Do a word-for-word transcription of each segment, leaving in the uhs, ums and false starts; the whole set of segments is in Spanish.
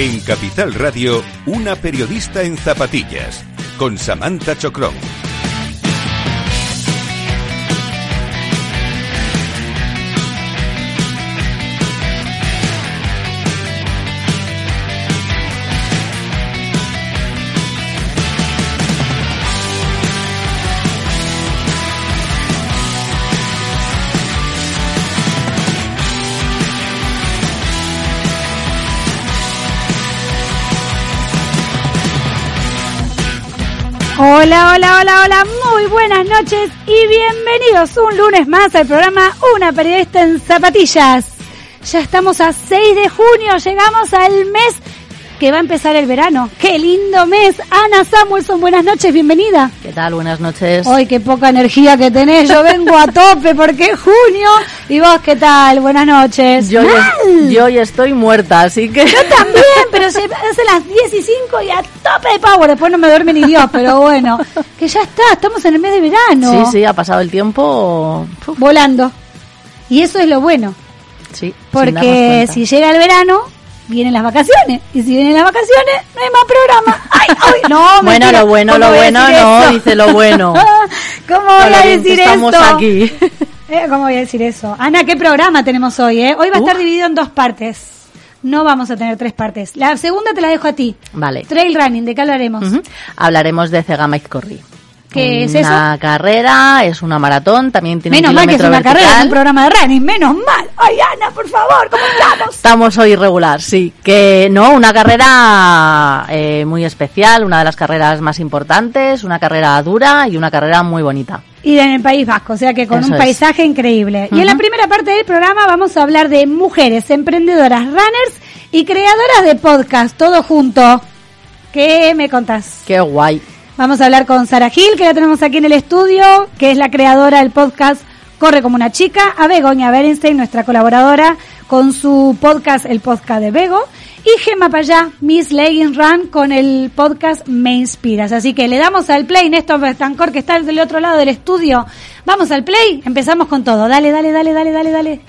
En Capital Radio, una periodista en zapatillas, con Samantha Chocrón. Hola, hola, hola, hola, muy buenas noches y bienvenidos un lunes más al programa Una Periodista en Zapatillas. Ya estamos a seis de junio, llegamos al mes que va a empezar el verano. ¡Qué lindo mes! Ana Samuelson, buenas noches, bienvenida. ¿Qué tal? Buenas noches. ¡Ay, qué poca energía que tenés! Yo vengo a tope porque es junio. ¿Y vos qué tal? Buenas noches. Yo, hoy, yo hoy estoy muerta, así que... Yo también, pero se hace las diez y cinco y a tope de power. Después no me duerme ni Dios, pero bueno. Que ya está, estamos en el mes de verano. Sí, sí, ha pasado el tiempo... Uf. Volando. Y eso es lo bueno. Sí. Porque si llega el verano... vienen las vacaciones, y si vienen las vacaciones no hay más programa. ¡Ay, ay! No, bueno, mentira. lo bueno, lo bueno, no, eso? Dice lo bueno. ¿Cómo voy a decir eso? Estamos aquí. Eh, ¿Cómo voy a decir eso? Ana, ¿qué programa tenemos hoy? Eh? Hoy va a estar uh. dividido en dos partes. No vamos a tener tres partes. La segunda te la dejo a ti. Vale. Trail running, ¿de qué hablaremos? Uh-huh. Hablaremos de Cegama Izcorri. ¿Qué es eso? Una carrera, es una maratón, también tiene menos un mal que es una vertical. carrera, es un programa de running, menos mal. Ay, Ana, por favor, ¿cómo estamos? Estamos hoy regular, sí. Que no, una carrera eh, muy especial, una de las carreras más importantes, una carrera dura y una carrera muy bonita. Y en el País Vasco, o sea que con Eso un es. paisaje increíble. Uh-huh. Y en la primera parte del programa vamos a hablar de mujeres emprendedoras, runners y creadoras de podcast, todo junto. ¿Qué me contás? Qué guay. Vamos a hablar con Sara Gil, que la tenemos aquí en el estudio, que es la creadora del podcast Corre como una chica, a Begoña Berenstein, nuestra colaboradora, con su podcast, el podcast de Bego, y Gemma Payá, Miss Leggings Run, con el podcast Me Inspiras. Así que le damos al play, Néstor Betancor, que está del otro lado del estudio. Vamos al play, empezamos con todo. Dale, dale, dale, dale, dale, dale.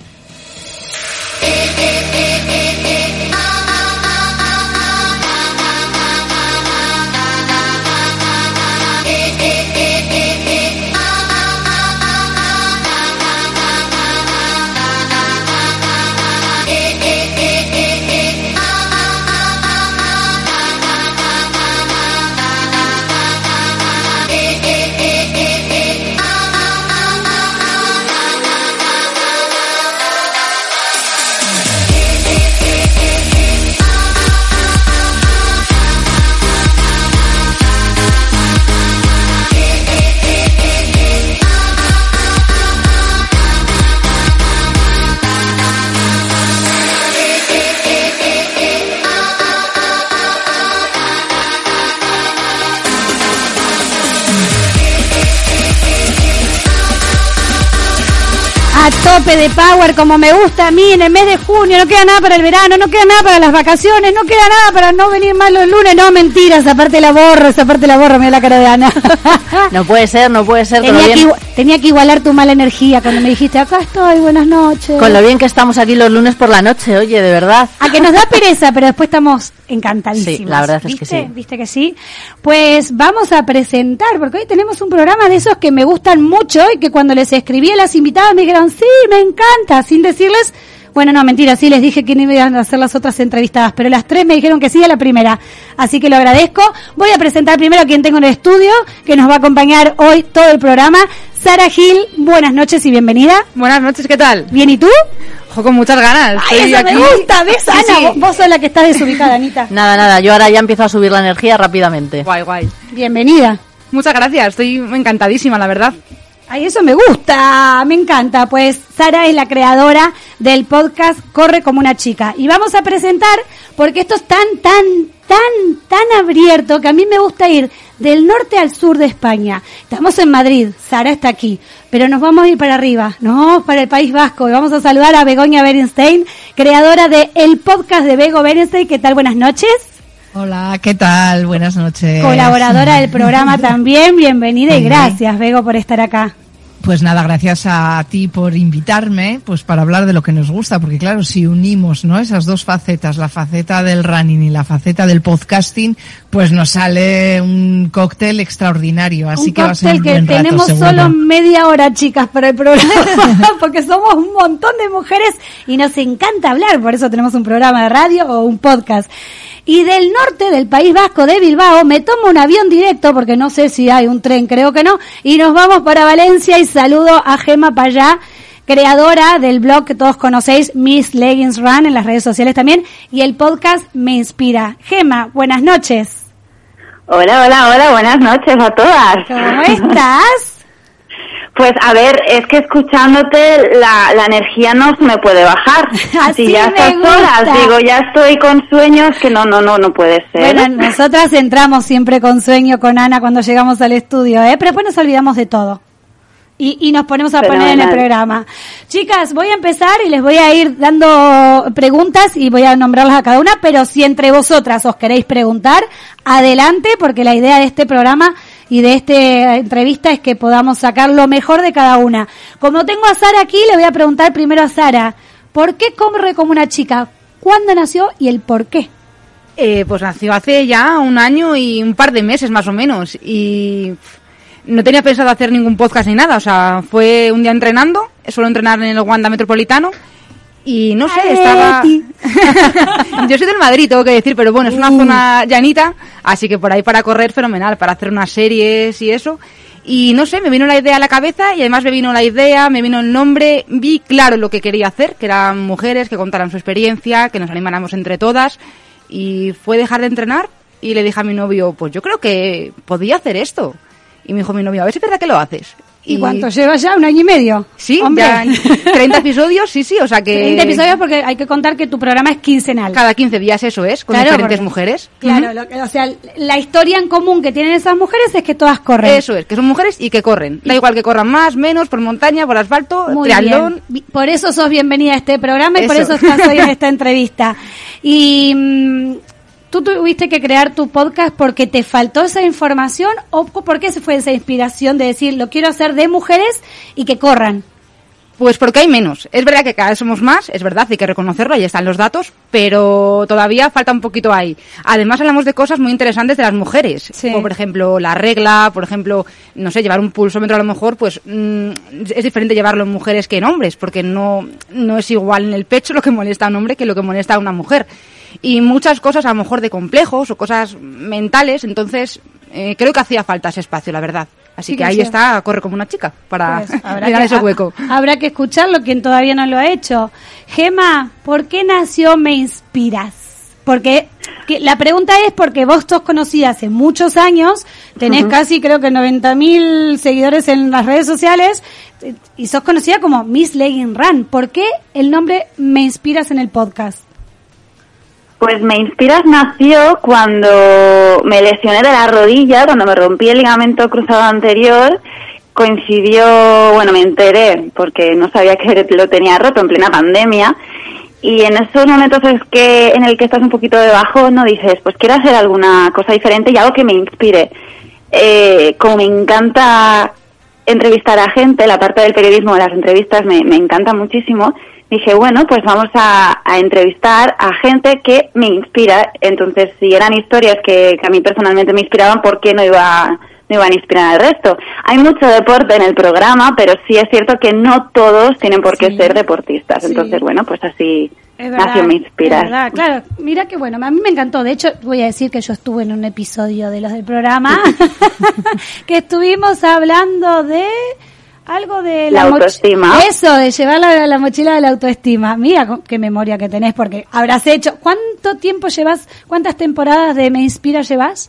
A tope de power, como me gusta a mí, en el mes de junio. No queda nada para el verano, no queda nada para las vacaciones, no queda nada para no venir más los lunes. No, mentira, esa parte la borro, esa parte la borro, mira la cara de Ana. No puede ser, no puede ser. Tenía, con que, lo bien... tenía que igualar tu mala energía cuando me dijiste, acá estoy, buenas noches. Con lo bien que estamos aquí los lunes por la noche, oye, de verdad. A que nos da pereza, pero después estamos encantadísimos. Sí, la verdad es ¿Viste? que sí. ¿Viste que sí? Pues vamos a presentar, porque hoy tenemos un programa de esos que me gustan mucho y que cuando les escribí a las invitadas me dijeron, sí, me encanta, sin decirles, bueno, no, mentira, sí les dije que no iban a hacer las otras entrevistadas, pero las tres me dijeron que sí a la primera, así que lo agradezco. Voy a presentar primero a quien tengo en el estudio, que nos va a acompañar hoy todo el programa. Sara Gil, buenas noches y bienvenida. Buenas noches, ¿qué tal? ¿Bien y tú? Ojo, con muchas ganas. Ay, Estoy eso aquí. me gusta, ¿ves, Ana? Sí, sí. Vos, vos sos la que está desubicada, Anita. Nada, nada, yo ahora ya empiezo a subir la energía rápidamente. Guay, guay. Bienvenida. Muchas gracias, estoy encantadísima, la verdad. Ay, eso me gusta, me encanta. Pues Sara es la creadora del podcast Corre como una chica. Y vamos a presentar, porque esto es tan, tan, tan, tan abierto, que a mí me gusta ir del norte al sur de España. Estamos en Madrid, Sara está aquí, pero nos vamos a ir para arriba, nos vamos para el País Vasco y vamos a saludar a Begoña Berenstein, creadora de el podcast de Bego Berenstein. ¿Qué tal? Buenas noches. Hola, ¿qué tal? Buenas noches. Colaboradora del programa también, bienvenida y gracias, Bego, por estar acá. Pues nada, gracias a ti por invitarme, pues para hablar de lo que nos gusta, porque claro, si unimos, ¿no?, esas dos facetas, la faceta del running y la faceta del podcasting, pues nos sale un cóctel extraordinario, así un que va a ser un buen cóctel que rato, tenemos seguro. solo media hora, chicas, para el programa, porque somos un montón de mujeres y nos encanta hablar, por eso tenemos un programa de radio o un podcast. Y del norte del País Vasco, de Bilbao, me tomo un avión directo, porque no sé si hay un tren, creo que no, y nos vamos para Valencia y saludo a Gema Payá, creadora del blog que todos conocéis, Miss Leggings Run, en las redes sociales también, y el podcast Me Inspira. Gema, buenas noches. Hola, hola, hola, buenas noches a todas. ¿Cómo estás? Pues a ver, es que escuchándote la, la energía no se me puede bajar. Así si ya me estas gusta. horas digo, ya estoy con sueños, que no, no, no, no puede ser. Bueno, nosotras entramos siempre con sueño con Ana cuando llegamos al estudio, ¿eh? Pero después nos olvidamos de todo. Y, y nos ponemos a Fenomenal. poner en el programa. Chicas, voy a empezar y les voy a ir dando preguntas y voy a nombrarlas a cada una, pero si entre vosotras os queréis preguntar, adelante, porque la idea de este programa y de esta entrevista es que podamos sacar lo mejor de cada una. Como tengo a Sara aquí, le voy a preguntar primero a Sara, ¿por qué corre como una chica? ¿Cuándo nació y el por qué? Eh, pues nació hace ya un año y un par de meses más o menos y no tenía pensado hacer ningún podcast ni nada, o sea, fue un día entrenando, suelo entrenar en el Wanda Metropolitano y no sé, estaba... Yo soy del Madrid, tengo que decir, pero bueno, es una Uh. zona llanita, así que por ahí para correr fenomenal, para hacer unas series y eso. Y no sé, me vino la idea a la cabeza y además me vino la idea, me vino el nombre, vi claro lo que quería hacer, que eran mujeres que contaran su experiencia, que nos animáramos entre todas, y fue dejar de entrenar y le dije a mi novio, pues yo creo que podía hacer esto. Y me dijo mi novio, a ver si es verdad que lo haces. ¿Y cuánto lleva ya? ¿Un año y medio? Sí, Hombre. ya treinta episodios, sí, sí, o sea que... treinta episodios porque hay que contar que tu programa es quincenal. Cada quince días eso es, con Claro, diferentes porque- mujeres. Claro, Ujú. lo que- o sea, la historia en común que tienen esas mujeres es que todas corren. Eso es, que son mujeres y que corren. Da igual que corran más, menos, por montaña, por asfalto, Muy triatlón. bien. Vi- Por eso sos bienvenida a este programa y por Eso. eso estás hoy en esta entrevista. Y mm, tú tuviste que crear tu podcast porque te faltó esa información o por qué se fue esa inspiración de decir lo quiero hacer de mujeres y que corran. Pues porque hay menos. Es verdad que cada vez somos más, es verdad, hay que reconocerlo, ahí están los datos, pero todavía falta un poquito ahí. Además hablamos de cosas muy interesantes de las mujeres, Sí. como por ejemplo la regla, por ejemplo, no sé, llevar un pulsómetro a lo mejor, pues mm, es diferente llevarlo en mujeres que en hombres, porque no, no es igual en el pecho lo que molesta a un hombre que lo que molesta a una mujer. Y muchas cosas a lo mejor de complejos o cosas mentales, entonces eh, creo que hacía falta ese espacio, la verdad. Así Sí, que que ahí sí. está, corre como una chica, para Pues, habrá, llenar que, ese hueco. ha- habrá que escucharlo quien todavía no lo ha hecho. Gema, ¿por qué nació Me Inspiras? Porque que, la pregunta es porque vos sos conocida hace muchos años, tenés Ujú. casi creo que noventa mil seguidores en las redes sociales eh, y sos conocida como Miss Legging Run. ¿Por qué el nombre Me Inspiras en el podcast? Pues Me Inspiras nació cuando me lesioné de la rodilla, cuando me rompí el ligamento cruzado anterior. Coincidió, bueno, me enteré porque no sabía que lo tenía roto en plena pandemia. Y en esos momentos es que en el que estás un poquito de bajón, no dices, pues quiero hacer alguna cosa diferente y algo que me inspire. Eh, como me encanta entrevistar a gente, la parte del periodismo de las entrevistas me, me encanta muchísimo, dije, bueno, pues vamos a, a entrevistar a gente que me inspira. Entonces, si eran historias que, que a mí personalmente me inspiraban, ¿por qué no iba no iban a inspirar al resto? Hay mucho deporte en el programa, pero sí es cierto que no todos tienen por qué Sí. ser deportistas. Sí. Entonces, bueno, pues así Es verdad, nació Me Inspiras. es verdad, claro. Mira que bueno, a mí me encantó. De hecho, voy a decir que yo estuve en un episodio de los del programa que estuvimos hablando de algo de La moch- autoestima. Eso, de llevar la, la mochila de la autoestima. Mira co- qué memoria que tenés, porque habrás hecho. ¿Cuánto tiempo llevas? ¿Cuántas temporadas de Me Inspira llevas?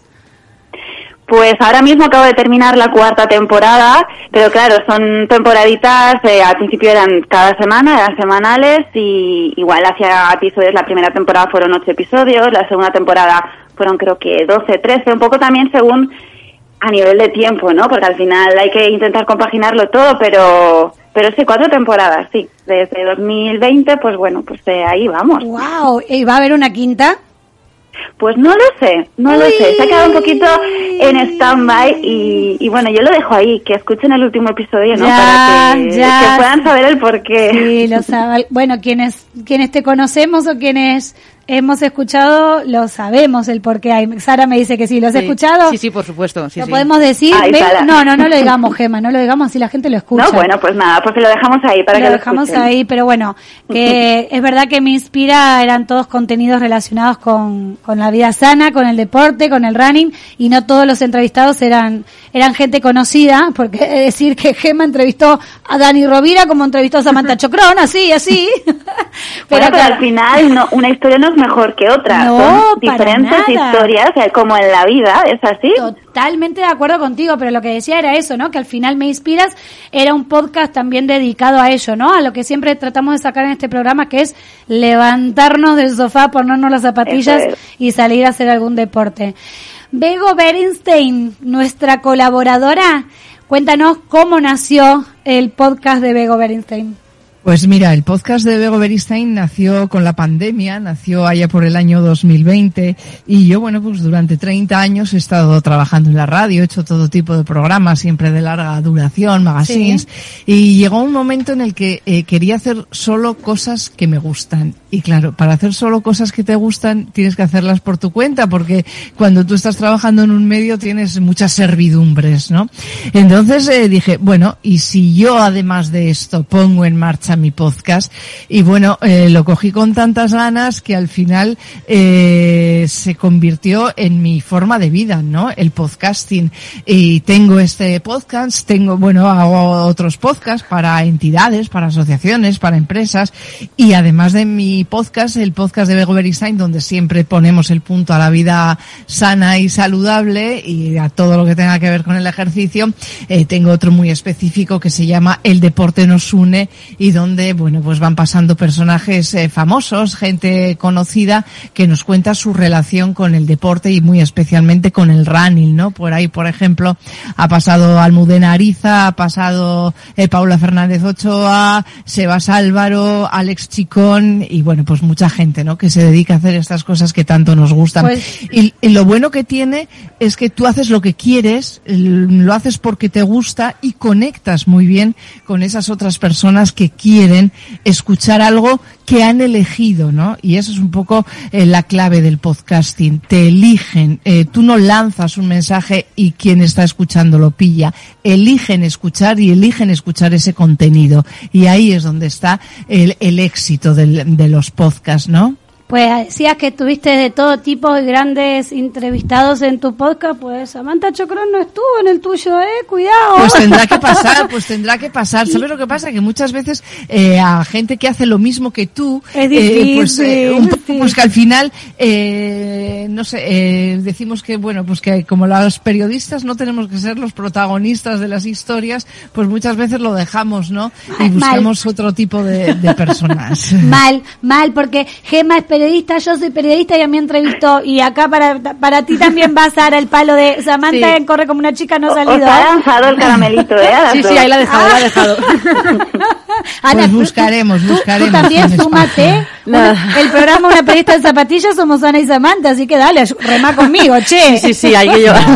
Pues ahora mismo acabo de terminar la cuarta temporada, pero claro, son temporaditas, eh, al principio eran cada semana, eran semanales y igual hacía episodios, la primera temporada fueron ocho episodios, la segunda temporada fueron creo que doce, trece, un poco también según a nivel de tiempo, ¿no? Porque al final hay que intentar compaginarlo todo, pero pero sí, cuatro temporadas, sí, desde dos mil veinte, pues bueno, pues eh, ahí vamos. Wow, ¿y va a haber una quinta? Pues no lo sé, no Uy. lo sé. Se ha quedado un poquito en stand-by y, y bueno, yo lo dejo ahí, que escuchen el último episodio, ¿no? Ya, Para que, ya. que puedan saber el porqué. Sí, lo sabe. Bueno, quienes, quienes te conocemos o quienes hemos escuchado, lo sabemos el porqué. Ay, Sara me dice que sí, ¿lo has Sí. escuchado? Sí, sí, por supuesto. Sí, ¿Lo sí. podemos decir? Ay, ¿Ven? Sara. No, no, no lo digamos, Gema, no lo digamos, así la gente lo escucha. No, bueno, pues nada, porque lo dejamos ahí para lo que lo dejamos escuchen. ahí, pero bueno, que es verdad que me inspira, eran todos contenidos relacionados con, con la vida sana, con el deporte, con el running, y no todos los entrevistados eran eran gente conocida, porque he de decir que Gema entrevistó a Dani Rovira como entrevistó a Samantha Chocrón, así, así. Pero, bueno, pero claro, al final no, una historia no es mejor que otra. No, Son para diferentes nada. historias, o sea, como en la vida, es así. Totalmente de acuerdo contigo, pero lo que decía era eso, ¿no? Que al final Me Inspiras era un podcast también dedicado a ello, ¿no? A lo que siempre tratamos de sacar en este programa, que es levantarnos del sofá, ponernos las zapatillas Eso es. y salir a hacer algún deporte. Bego Berenstein, nuestra colaboradora, cuéntanos cómo nació el podcast de Bego Berenstein. Pues mira, el podcast de Bego Beristain nació con la pandemia, nació allá por el año dos mil veinte y yo, bueno, pues durante treinta años he estado trabajando en la radio, he hecho todo tipo de programas, siempre de larga duración, magazines, sí. Y llegó un momento en el que eh, quería hacer solo cosas que me gustan. Y claro, para hacer solo cosas que te gustan tienes que hacerlas por tu cuenta, porque cuando tú estás trabajando en un medio tienes muchas servidumbres, ¿no? Entonces eh, dije, bueno, ¿y si yo además de esto pongo en marcha mi podcast? Y bueno, eh, lo cogí con tantas ganas que al final eh, se convirtió en mi forma de vida, ¿no? El podcasting. Y tengo este podcast, tengo, bueno, hago otros podcasts para entidades, para asociaciones, para empresas, y además de mi podcast, el podcast de Bego Beristain, donde siempre ponemos el punto a la vida sana y saludable y a todo lo que tenga que ver con el ejercicio, eh, tengo otro muy específico que se llama El Deporte Nos Une, y donde, bueno, pues van pasando personajes eh, famosos, gente conocida, que nos cuenta su relación con el deporte y muy especialmente con el running, ¿no? Por ahí, por ejemplo, ha pasado Almudena Ariza, ha pasado eh, Paula Fernández Ochoa, Sebas Álvaro, Alex Chicón, y bueno, pues mucha gente, ¿no? Que se dedica a hacer estas cosas que tanto nos gustan. Pues, y, y lo bueno que tiene es que tú haces lo que quieres, lo haces porque te gusta y conectas muy bien con esas otras personas que quieren escuchar algo que han elegido, ¿no? Y eso es un poco eh, la clave del podcasting. Te eligen, eh, tú no lanzas un mensaje y quien está escuchando lo pilla. Eligen escuchar y eligen escuchar ese contenido. Y ahí es donde está el, el éxito del, de los podcasts, ¿no? Pues decías que tuviste de todo tipo de grandes entrevistados en tu podcast, pues Samantha Chocrón no estuvo en el tuyo, eh, cuidado. Pues tendrá que pasar, pues tendrá que pasar. ¿Sabes lo que pasa? Que muchas veces eh, a gente que hace lo mismo que tú, es difícil, eh, pues, eh, un poco, sí. pues que al final, eh, no sé, eh, decimos que, bueno, pues que como los periodistas no tenemos que ser los protagonistas de las historias, pues muchas veces lo dejamos, ¿no? Y buscamos mal. Otro tipo de, de personas. Mal, mal, porque Gema es periodista, yo soy periodista y a mí entrevistó, y acá para para ti también va a Sara el palo de Samantha sí. Corre como una chica, no ha salido. Os ha lanzado el caramelito, ¿eh? Sí, sí, ahí la ha dejado, ah. la ha dejado. Ana, pues buscaremos, tú, buscaremos. Tú también súmate. Una, el programa Una Periodista en Zapatillas somos Ana y Samantha, así que dale, remá conmigo, che. Sí, sí, sí, hay que llevar.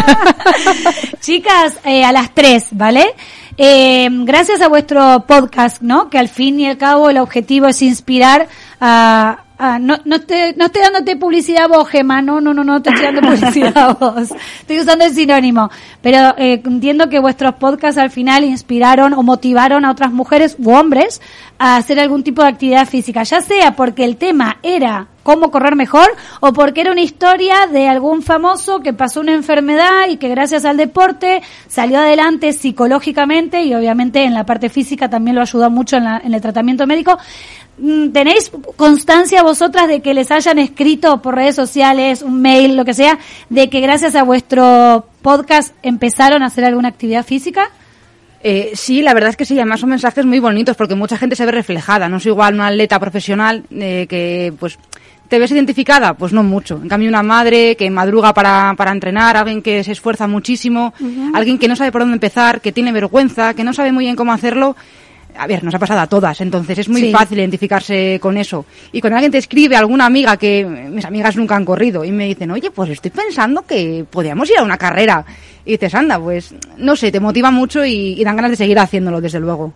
Chicas, eh, a las tres, ¿vale? Eh, gracias a vuestro podcast, ¿no? Que al fin y al cabo el objetivo es inspirar a... Ah, no, no, te, no estoy dándote publicidad a vos, Gema, no, no, no, no te estoy dando publicidad a vos. Estoy usando el sinónimo. Pero eh, entiendo que vuestros podcasts al final inspiraron o motivaron a otras mujeres u hombres a hacer algún tipo de actividad física, ya sea porque el tema era cómo correr mejor o porque era una historia de algún famoso que pasó una enfermedad y que gracias al deporte salió adelante psicológicamente y obviamente en la parte física también lo ayudó mucho en, la, en el tratamiento médico. ¿Tenéis constancia vosotras de que les hayan escrito por redes sociales, un mail, lo que sea, de que gracias a vuestro podcast empezaron a hacer alguna actividad física? Eh, sí, la verdad es que sí, además son mensajes muy bonitos porque mucha gente se ve reflejada. No es igual una atleta profesional eh, que, pues, ¿te ves identificada? Pues no mucho. En cambio, una madre que madruga para, para entrenar, alguien que se esfuerza muchísimo, uh-huh. alguien que no sabe por dónde empezar, que tiene vergüenza, que no sabe muy bien cómo hacerlo. a ver, nos ha pasado a todas, entonces es muy Sí. fácil identificarse con eso. Y cuando alguien te escribe, alguna amiga, que mis amigas nunca han corrido, y me dicen, oye, pues estoy pensando que podríamos ir a una carrera. Y dices, anda, pues, no sé, te motiva mucho y, y dan ganas de seguir haciéndolo, desde luego.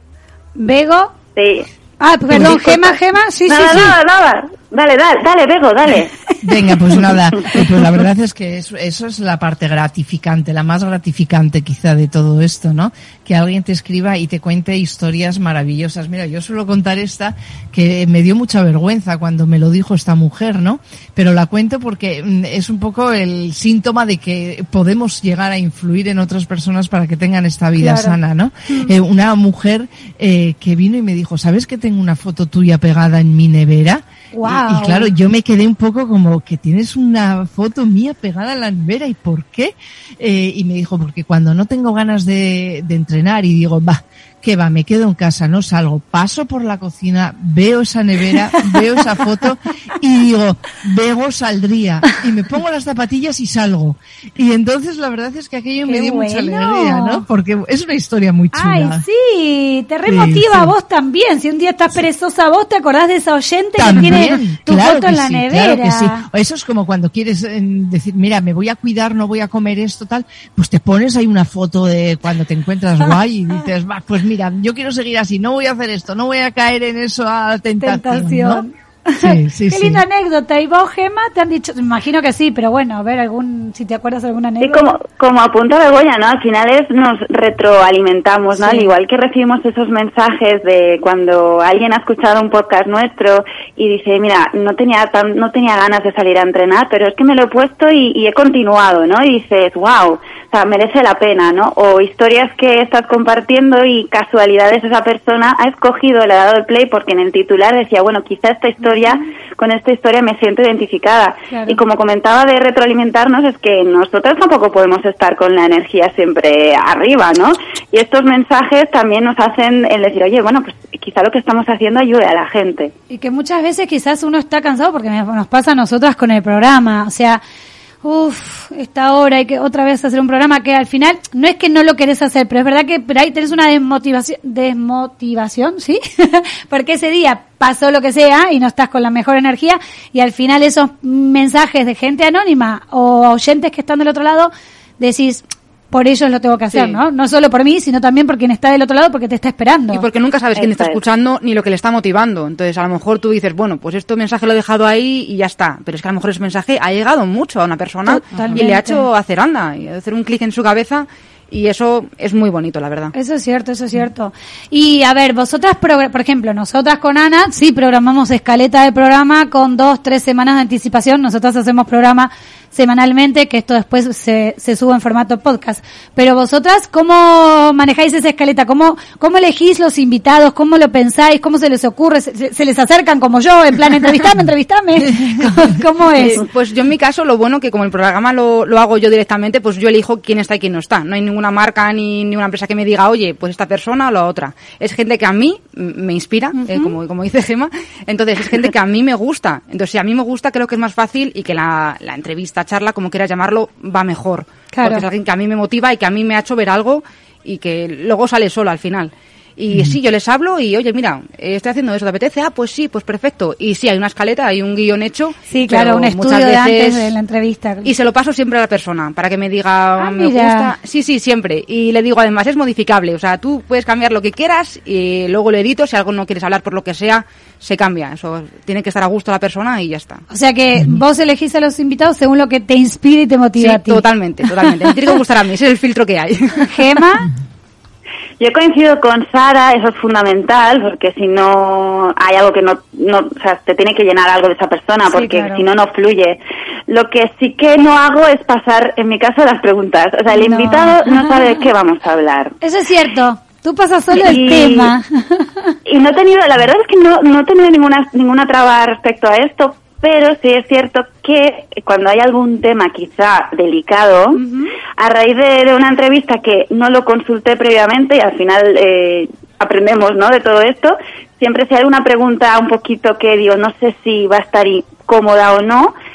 Bego. Sí. Ah, perdón, Sí, Gema, corta. Gema, sí, nada, sí, sí. nada, nada. Dale, dale, dale, Bego, dale. Venga, pues nada, eh, pues la verdad es que eso, eso es la parte gratificante, la más gratificante quizá de todo esto, ¿no? Que alguien te escriba y te cuente historias maravillosas. Mira, yo suelo contar esta que me dio mucha vergüenza cuando me lo dijo esta mujer, ¿no? Pero la cuento porque mm, es un poco el síntoma de que podemos llegar a influir en otras personas para que tengan esta vida Claro. sana, ¿no? Eh, una mujer eh, que vino y me dijo, ¿sabes que tengo una foto tuya pegada en mi nevera? Guau. Y, y claro, yo me quedé un poco como que tienes una foto mía pegada en la nevera, ¿y por qué? Eh, y me dijo, porque cuando no tengo ganas de, de entrenar y digo, va, ¿qué va? Me quedo en casa, no salgo, paso por la cocina, veo esa nevera, veo esa foto y digo, Bego saldría. Y me pongo las zapatillas y salgo. Y entonces la verdad es que aquello Qué me dio mucha bueno. alegría, ¿no? Porque es una historia muy Ay, chula. sí, te remotiva Sí, sí. a vos también. Si un día estás perezosa vos, te acordás de esa oyente También, que tiene tu claro foto que en la sí, nevera. claro que sí. Eso es como cuando quieres eh, decir, mira, me voy a cuidar, no voy a comer esto, tal, pues te pones ahí una foto de cuando te encuentras guay y dices, va, pues mira, yo quiero seguir así, no voy a hacer esto, no voy a caer en eso a tentación, Tentación. ¿no? Sí, sí, Qué sí. linda anécdota. ¿Y vos, Gema, te han dicho? Me imagino que sí, pero bueno, a ver, algún, si te acuerdas de alguna Sí, anécdota. como, como apunta Begoña, ¿no? Al final es, nos retroalimentamos, ¿no? Sí. Al igual que recibimos esos mensajes de cuando alguien ha escuchado un podcast nuestro y dice, mira, no tenía tan, no tenía ganas de salir a entrenar, pero es que me lo he puesto y, y he continuado, ¿no? Y dices, wow, o sea, merece la pena, ¿no? O historias que estás compartiendo y casualidades esa persona ha escogido, le ha dado el play porque en el titular decía, bueno, quizá esta historia, con esta historia me siento identificada. Claro. Y como comentaba de retroalimentarnos, es que nosotros tampoco podemos estar con la energía siempre arriba, ¿no? Y estos mensajes también nos hacen el decir, oye, bueno, pues quizá lo que estamos haciendo ayude a la gente. Y que muchas veces quizás uno está cansado porque me- nos pasa a nosotras con el programa, o sea, uff, esta hora hay que otra vez hacer un programa que al final no es que no lo querés hacer, pero es verdad que por ahí tenés una desmotivación, desmotivación, ¿sí? Porque ese día pasó lo que sea y no estás con la mejor energía y al final esos mensajes de gente anónima o oyentes que están del otro lado decís, por ellos lo tengo que hacer, Sí. ¿no? No solo por mí, sino también por quien está del otro lado porque te está esperando. Y porque nunca sabes quién te está Eso es. escuchando ni lo que le está motivando. Entonces, a lo mejor tú dices, bueno, pues este mensaje lo he dejado ahí y ya está. Pero es que a lo mejor ese mensaje ha llegado mucho a una persona Totalmente. y le ha hecho hacer anda, y hacer un clic en su cabeza. Y eso es muy bonito, la verdad. Eso es cierto, eso es cierto. Y a ver, vosotras, progr- por ejemplo, nosotras con Ana, sí programamos escaleta de programa con dos, tres semanas de anticipación. Nosotras hacemos programa semanalmente, que esto después se, se sube en formato podcast. Pero vosotras, ¿cómo manejáis esa escaleta? ¿Cómo, cómo elegís los invitados? ¿Cómo lo pensáis? ¿Cómo se les ocurre? ¿Se, se- se les acercan como yo, en plan, entrevistame, entrevistame? ¿Cómo, cómo es? Eh, pues yo en mi caso, lo bueno que como el programa lo, lo hago yo directamente, pues yo elijo quién está y quién no está. No hay ninguna marca ni ninguna empresa que me diga, oye, pues esta persona o la otra. Es gente que a mí m- me inspira, eh, como, como dice Gema. Entonces es gente que a mí me gusta. Entonces si a mí me gusta, creo que es más fácil y que la, la entrevista, charla, como quieras llamarlo, va mejor. Claro. Porque es alguien que a mí me motiva y que a mí me ha hecho ver algo y que luego sale solo al final. Y sí, yo les hablo y, oye, mira, eh, estoy haciendo eso, ¿te apetece? Ah, pues sí, pues perfecto. Y sí, hay una escaleta, hay un guión hecho. Sí, claro, pero un muchas estudio de veces- antes de la entrevista. Y se lo paso siempre a la persona, para que me diga, Ah, me mira. gusta. Sí, sí, siempre. Y le digo, además, es modificable. O sea, tú puedes cambiar lo que quieras y luego lo edito. Si algo no quieres hablar por lo que sea, se cambia. Eso tiene que estar a gusto la persona y ya está. O sea que vos elegís a los invitados según lo que te inspira y te motiva Sí, a ti. totalmente, totalmente. Me tiene que gustar a mí, ese es el filtro que hay. Gema, Yo coincido con Sara, eso es fundamental, porque si no hay algo que no, no, o sea, te tiene que llenar algo de esa persona, Sí, porque claro. si no, no fluye. Lo que sí que no hago es pasar, en mi caso, las preguntas. O sea, el No. invitado no sabe de qué vamos a hablar. eso es cierto. Tú pasas solo el Y- tema. Y no he tenido, la verdad es que no, no he tenido ninguna, ninguna traba respecto a esto, pero sí es cierto que cuando hay algún tema quizá delicado, a raíz de, de una entrevista que no lo consulté previamente y al final eh, aprendemos, ¿no?, de todo esto, siempre si hay alguna pregunta un poquito que digo, no sé si va a estar cómoda o no,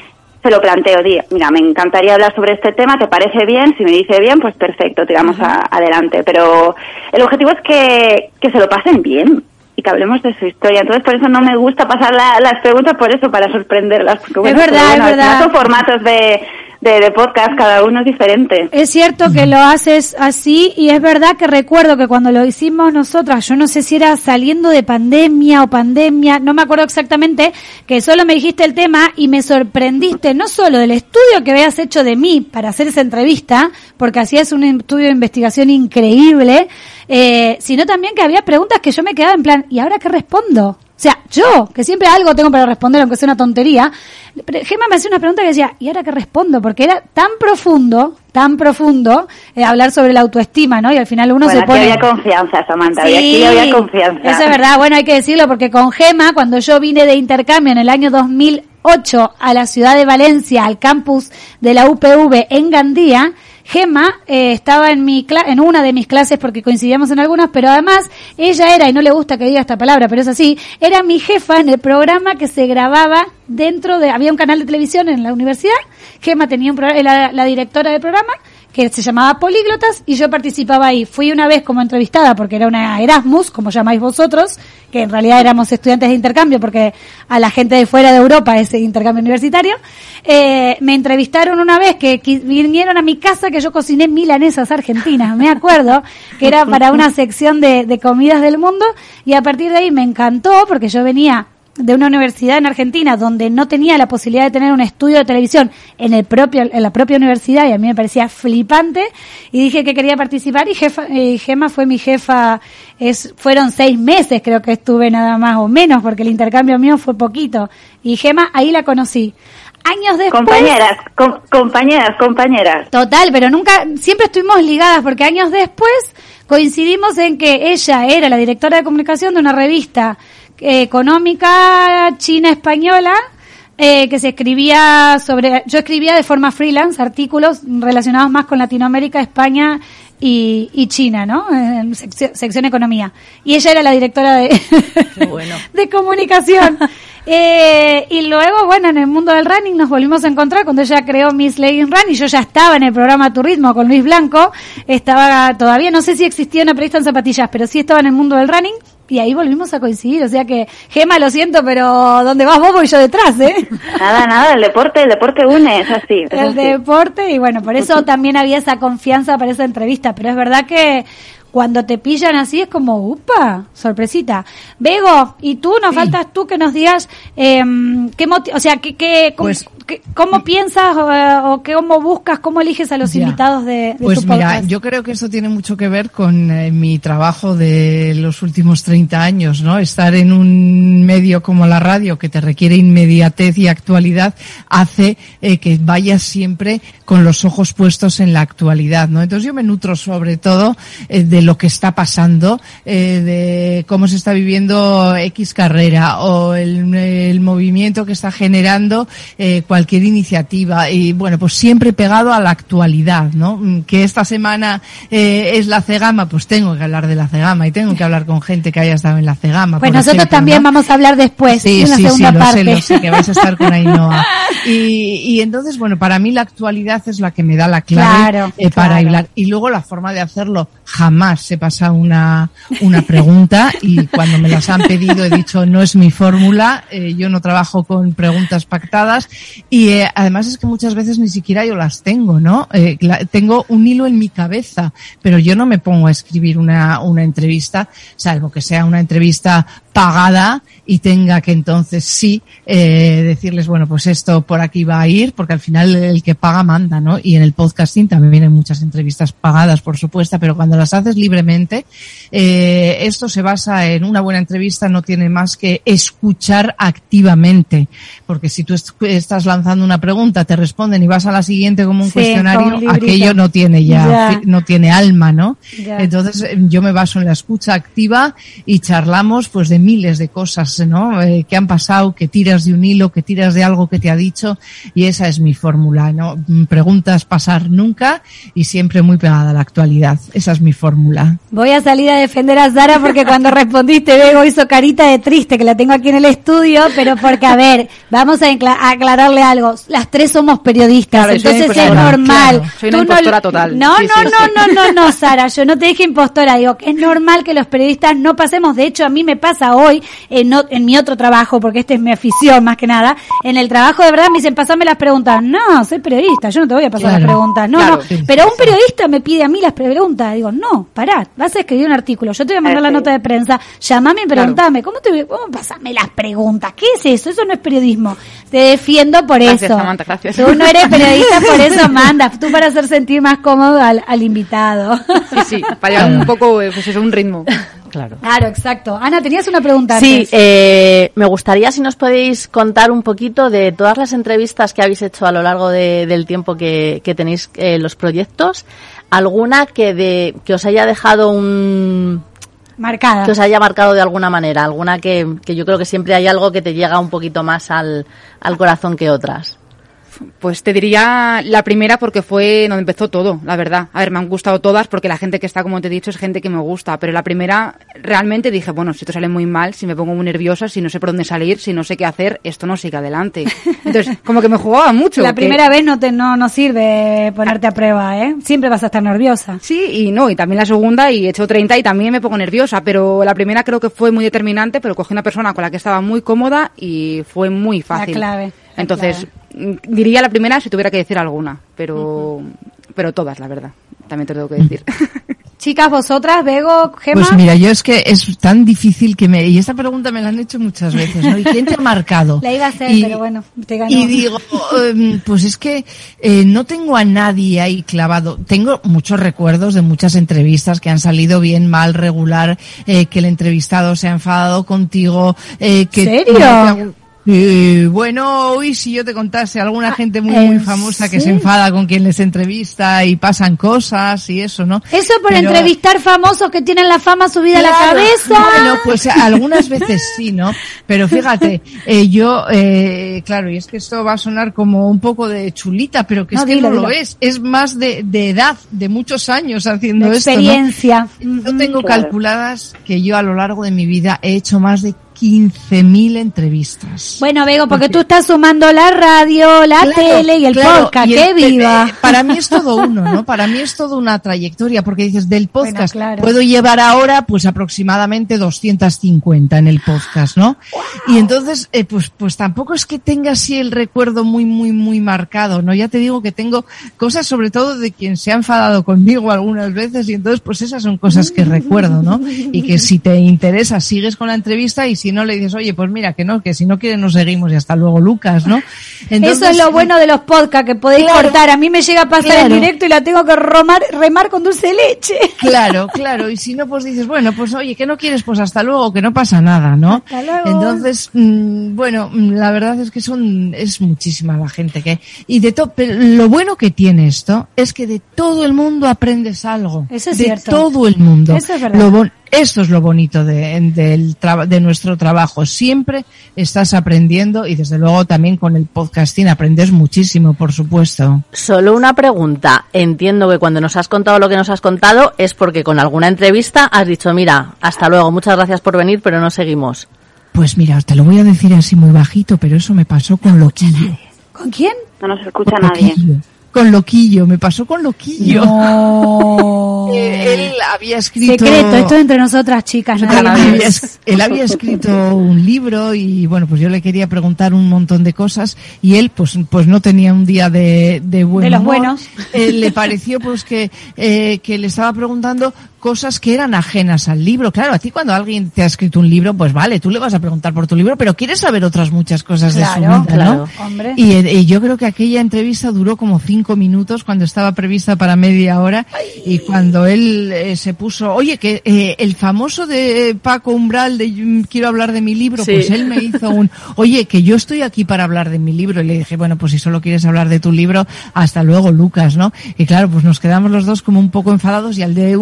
se lo planteo, di, mira, me encantaría hablar sobre este tema, ¿te parece bien? Si me dice bien, pues perfecto, tiramos a, adelante. Pero el objetivo es que, que se lo pasen bien y que hablemos de su historia. Entonces, por eso no me gusta pasar la, las preguntas, por eso, para sorprenderlas. Porque, bueno, es verdad, bueno, es verdad. Son formatos de... De, de podcast, cada uno es diferente. Es cierto que lo haces así y es verdad que recuerdo que cuando lo hicimos nosotras, yo no sé si era saliendo de pandemia o pandemia, no me acuerdo exactamente, que solo me dijiste el tema y me sorprendiste no solo del estudio que habías hecho de mí para hacer esa entrevista, porque hacías un estudio de investigación increíble, eh, sino también que había preguntas que yo me quedaba en plan, ¿y ahora qué respondo? O sea, yo, que siempre algo tengo para responder, aunque sea una tontería, Gemma me hacía una pregunta que decía, ¿y ahora qué respondo? Porque era tan profundo, tan profundo, eh, hablar sobre la autoestima, ¿no? Y al final uno bueno, se pone... Aquí había confianza, Samantha, sí, aquí había confianza. Eso es verdad, bueno, hay que decirlo, porque con Gemma, cuando yo vine de intercambio en el año dos mil ocho a la ciudad de Valencia, al campus de la U P V en Gandía, Gemma eh, estaba en mi cla- en una de mis clases porque coincidíamos en algunas, pero además ella era, y no le gusta que diga esta palabra, pero es así, era mi jefa en el programa que se grababa dentro de, había un canal de televisión en la universidad, Gemma tenía un programa, era la directora del programa, que se llamaba Políglotas, y yo participaba ahí. Fui una vez como entrevistada porque era una Erasmus, como llamáis vosotros, que en realidad éramos estudiantes de intercambio porque a la gente de fuera de Europa es intercambio universitario. Eh, me entrevistaron una vez que, que vinieron a mi casa que yo cociné milanesas argentinas, me acuerdo, que era para una sección de, de comidas del mundo, y a partir de ahí me encantó porque yo venía de una universidad en Argentina donde no tenía la posibilidad de tener un estudio de televisión en el propio en la propia universidad, y a mí me parecía flipante, y dije que quería participar, y jefa, eh, Gemma fue mi jefa. Es fueron seis meses creo que estuve, nada más o menos, porque el intercambio mío fue poquito, y Gemma ahí la conocí. Años después... Compañeras, com- compañeras, compañeras. Total, pero nunca, siempre estuvimos ligadas, porque años después coincidimos en que ella era la directora de comunicación de una revista eh, económica china-española, eh, que se escribía sobre... Yo escribía de forma freelance artículos relacionados más con Latinoamérica, España y, y China, ¿no? En sección, sección economía. Y ella era la directora de, Qué bueno. de comunicación. Eh, y luego, bueno, en el mundo del running nos volvimos a encontrar cuando ella creó Miss Leggings Run, y yo ya estaba en el programa Tu Ritmo con Luis Blanco. Estaba todavía, no sé si existía una periodista en zapatillas, pero sí estaba en el mundo del running. Y ahí volvimos a coincidir, o sea que, Gemma, lo siento, pero ¿dónde vas vos voy yo detrás, eh? Nada, nada, el deporte, el deporte une, es así. Es El así. deporte, y bueno, por eso también había esa confianza para esa entrevista, pero es verdad que cuando te pillan así es como, upa, sorpresita. Bego, y tú, nos Sí. faltas tú que nos digas, eh, qué moti- o sea, qué, qué, cómo, Pues- qué- cómo piensas o, o qué, cómo buscas, cómo eliges a los Ya. invitados de, de Pues tu mira, podcast. yo creo que eso tiene mucho que ver con eh, mi trabajo de los últimos treinta años, ¿no? Estar en un medio como la radio, que te requiere inmediatez y actualidad, hace eh, que vayas siempre con los ojos puestos en la actualidad, ¿no? Entonces yo me nutro sobre todo eh, de lo que está pasando, eh, de cómo se está viviendo X carrera o el, el movimiento que está generando eh, cualquier iniciativa, y bueno, pues siempre pegado a la actualidad, ¿no? Que esta semana eh, es la Cegama, pues tengo que hablar de la Cegama y tengo que hablar con gente que haya estado en la Cegama. Pues por nosotros ejemplo, también ¿no? vamos a hablar después, Sí, en la sí, segunda sí, lo parte. sé, lo sé, que vais a estar con Ainhoa. Y, y entonces, bueno, para mí la actualidad es la que me da la clave Claro, eh, para claro. hablar. Y luego la forma de hacerlo, jamás se pasa una, una pregunta, y cuando me las han pedido he dicho, no es mi fórmula, eh, yo no trabajo con preguntas pactadas, y eh, además es que muchas veces ni siquiera yo las tengo, ¿no? Eh, la- tengo un hilo en mi cabeza, pero yo no me pongo a escribir una, una entrevista, salvo que sea una entrevista pagada y tenga que entonces sí eh, decirles, bueno, pues esto por aquí va a ir, porque al final el que paga manda, ¿no? Y en el podcasting también vienen muchas entrevistas pagadas, por supuesto, pero cuando las haces libremente, eh, esto se basa en una buena entrevista, no tiene más que escuchar activamente, porque si tú est- estás lanzando una pregunta, te responden y vas a la siguiente como un Sí, como cuestionario, un librito. aquello no tiene ya, Ya. no tiene alma, ¿no? Ya. Entonces eh, yo me baso en la escucha activa y charlamos pues de miles de cosas, ¿no? Eh, que han pasado, que tiras de un hilo, que tiras de algo que te ha dicho, y esa es mi fórmula, ¿no? Mm, Preguntas pasar nunca y siempre muy pegada a la actualidad. Esa es mi fórmula. Voy a salir a defender a Sara porque cuando respondiste, Bego hizo carita de triste, que la tengo aquí en el estudio, pero porque, a ver, vamos a encla- a aclararle algo. Las tres somos periodistas, Claro, soy una entonces es impostora, normal. claro. Soy una Tú impostora no, total. No, Sí, no, sí, no, sí. no, no, no, Sara, yo no te dije impostora, digo que es normal que los periodistas no pasemos. De hecho, a mí me pasa hoy, en, o- en mi otro trabajo, porque esta es mi afición más que nada, en el trabajo de verdad me dicen, pasame las preguntas. No, soy periodista, yo no te voy a pasar Claro. las preguntas. No, Claro. no, pero un periodista me pide a mí las preguntas. Digo, no, pará, vas a escribir un artículo, yo te voy a mandar la nota de prensa, llamame y preguntame, ¿cómo te voy, cómo pasame las preguntas? ¿Qué es eso? Eso no es periodismo. Te defiendo por Gracias, eso. Samantha, gracias. Tú no eres periodista, por eso mandas. Tú para hacer sentir más cómodo al, al invitado. Sí, sí, para llevar un poco, eh, pues eso, un ritmo. Claro. Claro, exacto. Ana, tenías una pregunta Sí, antes. eh, me gustaría si nos podéis contar un poquito de todas las entrevistas que habéis hecho a lo largo de- del tiempo que, que tenéis eh, los proyectos, alguna que de que os haya dejado un Marcada. que os haya marcado de alguna manera, alguna que, que yo creo que siempre hay algo que te llega un poquito más al, al corazón que otras. Pues te diría la primera porque fue donde empezó todo, la verdad. A ver, me han gustado todas porque la gente que está, como te he dicho, es gente que me gusta. Pero la primera, realmente dije, bueno, si esto sale muy mal, si me pongo muy nerviosa, si no sé por dónde salir, si no sé qué hacer, esto no sigue adelante. Entonces, como que me jugaba mucho. La que- primera vez no te no, no sirve ponerte a prueba, ¿eh? Siempre vas a estar nerviosa. Sí y no, y también la segunda, y he hecho treinta y también me pongo nerviosa, pero la primera creo que fue muy determinante, pero cogí una persona con la que estaba muy cómoda y fue muy fácil. La clave. la Entonces, clave. mm, diría la primera si tuviera que decir alguna, pero pero todas, la verdad. También te lo tengo que decir. Chicas, vosotras, Bego, Gemma. Pues mira, yo es que es tan difícil que me... Y esta pregunta me la han hecho muchas veces, ¿no? ¿Y quién te ha marcado? La iba a hacer, Y- pero bueno, te ganó. Y digo, em, pues es que eh, no tengo a nadie ahí clavado. Tengo muchos recuerdos de muchas entrevistas que han salido bien, mal, regular, eh, que el entrevistado se ha enfadado contigo, eh, que... ¿Serio? no te ha- Eh, bueno, uy, si yo te contase alguna gente muy, muy ¿en famosa que se serio? enfada con quien les entrevista y pasan cosas y eso, ¿no? Eso por Pero- entrevistar famosos que tienen la fama subida a la Claro, cabeza. Bueno, pues algunas veces sí, ¿no? Pero fíjate, eh, yo, eh, claro, y es que esto va a sonar como un poco de chulita, pero que No, es que dilo, no lo dilo. es. Es más de, de edad, de muchos años haciendo De esto, ¿no? experiencia. Yo tengo Claro. calculadas que yo a lo largo de mi vida he hecho más de quince mil entrevistas. Bueno, Bego, porque tú estás sumando la radio, la Claro, tele y el claro, podcast. y ¡Qué el- viva! eh, Para mí es todo uno, ¿no? Para mí es toda una trayectoria, porque dices, del podcast Bueno, claro. puedo llevar ahora pues aproximadamente doscientas cincuenta en el podcast, ¿no? Y entonces, eh, pues pues tampoco es que tenga así el recuerdo muy, muy, muy marcado, ¿no? Ya te digo que tengo cosas sobre todo de quien se ha enfadado conmigo algunas veces y entonces pues esas son cosas que recuerdo, ¿no? Y que si te interesa sigues con la entrevista y si no le dices, oye, pues mira, que no, que si no quieres nos seguimos y hasta luego, Lucas, ¿no? Entonces, Eso es lo bueno de los podcasts, que podéis Claro. cortar. A mí me llega a pasar Claro. en directo y la tengo que romar, remar con dulce de leche. Claro, claro, y si no, pues dices, bueno, pues oye, que no quieres, pues hasta luego, que no pasa nada, ¿no? Hasta luego. Entonces, mm, bueno, mm, la verdad es que son, es muchísima la gente que, y de todo, pero lo bueno que tiene esto es que de todo el mundo aprendes algo. Eso es de cierto. todo el mundo. Eso es verdad. Lo bon- esto es lo bonito de, del traba- de nuestro trabajo. Siempre estás aprendiendo y desde luego también con el podcasting aprendes muchísimo, por supuesto. Solo una pregunta. Entiendo que cuando nos has contado lo que nos has contado es porque con alguna entrevista has dicho, mira, hasta luego, muchas gracias por venir, pero no seguimos. Pues mira, te lo voy a decir así muy bajito, pero eso me pasó con Loquillo. ¿Con quién? No nos escucha Con nadie. Loquillo. Con Loquillo, me pasó con Loquillo. No. Eh, él había escrito... Secreto, esto es entre nosotras, chicas. Él nadie más. había, es- él había escrito un libro y bueno, pues yo le quería preguntar un montón de cosas y él pues pues no tenía un día de, de buen De los humor. buenos. Eh, le pareció pues que, eh, que le estaba preguntando cosas que eran ajenas al libro. Claro, a ti cuando alguien te ha escrito un libro, pues vale, tú le vas a preguntar por tu libro, pero quieres saber otras muchas cosas de su Claro, vida, claro. ¿no? Hombre. Y, eh, y yo creo que aquella entrevista duró como cinco minutos cuando estaba prevista para media hora y cuando él eh, se puso, oye, que eh, el famoso de Paco Umbral de mm, quiero hablar de mi libro, Sí. pues él me hizo un, oye, que yo estoy aquí para hablar de mi libro. Y le dije, bueno, pues si solo quieres hablar de tu libro, hasta luego, Lucas, ¿no? Y claro, pues nos quedamos los dos como un poco enfadados y al de unos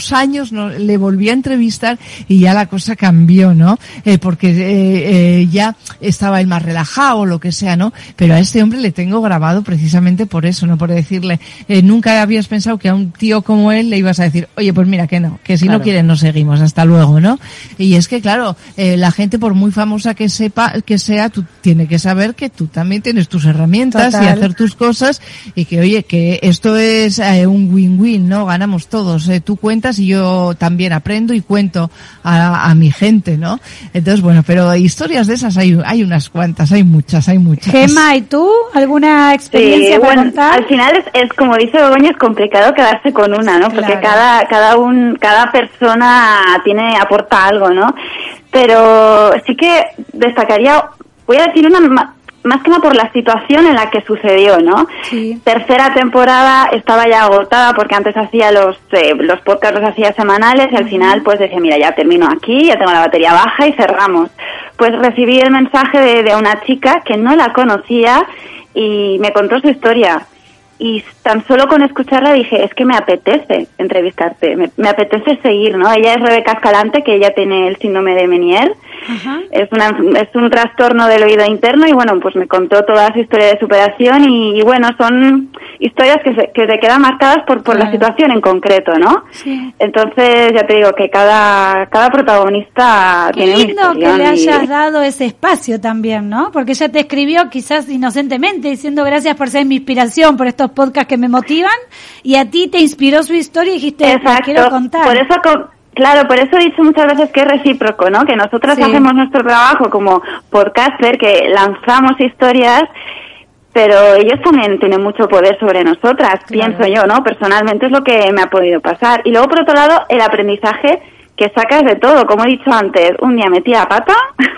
dos años no, le volví a entrevistar y ya la cosa cambió, ¿no? Eh, porque eh, eh, ya estaba él más relajado o lo que sea, ¿no? Pero a este hombre le tengo grabado precisamente por eso, ¿no? Por decirle, eh, nunca habías pensado que a un tío como él le ibas a decir, oye, pues mira que no, que si claro. no quieres no seguimos, hasta luego, ¿no? Y es que, claro, eh, la gente, por muy famosa que sepa, que sea, tú tiene que saber que tú también tienes tus herramientas Total. y hacer tus cosas y que, oye, que esto es eh, un win-win, ¿no? Ganamos todos. Eh, tú cuentas y yo también aprendo y cuento a, a mi gente, ¿no? Entonces, bueno, pero historias de esas hay, hay unas cuantas, hay muchas, hay muchas. Gemma, ¿y tú? ¿Alguna experiencia sí, para bueno, contar? Al final es, es como dice Begoña, es complicado quedarse con una, ¿no? Porque claro. cada, cada un, cada persona tiene, aporta algo, ¿no? Pero sí que destacaría, voy a decir una más que nada por la situación en la que sucedió, ¿no? Sí. Tercera temporada, estaba ya agotada porque antes hacía los eh, los podcasts los hacía semanales y al final pues dije, mira, ya termino aquí, ya tengo la batería baja y cerramos. Pues recibí el mensaje de, de una chica que no la conocía y me contó su historia. Y tan solo con escucharla dije, es que me apetece entrevistarte, me, me apetece seguir, ¿no? Ella es Rebeca Escalante, que ella tiene el síndrome de Meniere. Ajá. Es una es un trastorno del oído interno y bueno, pues me contó toda su historia de superación y, y bueno, son historias que se, que se quedan marcadas por por claro. la situación en concreto, ¿no? Sí. Entonces, ya te digo que cada cada protagonista Qué tiene lindo una historia. Que le hayas y... dado ese espacio también, ¿no? Porque ella te escribió quizás inocentemente diciendo gracias por ser mi inspiración, por estos podcasts que me motivan y a ti te inspiró su historia y dijiste, Exacto. quiero contar. Por eso con... Claro, por eso he dicho muchas veces que es recíproco, ¿no? Que nosotros sí. hacemos nuestro trabajo como podcaster, que lanzamos historias, pero ellos también tienen mucho poder sobre nosotras, claro. pienso yo, ¿no? Personalmente es lo que me ha podido pasar. Y luego, por otro lado, el aprendizaje que sacas de todo. Como he dicho antes, un día metí la pata,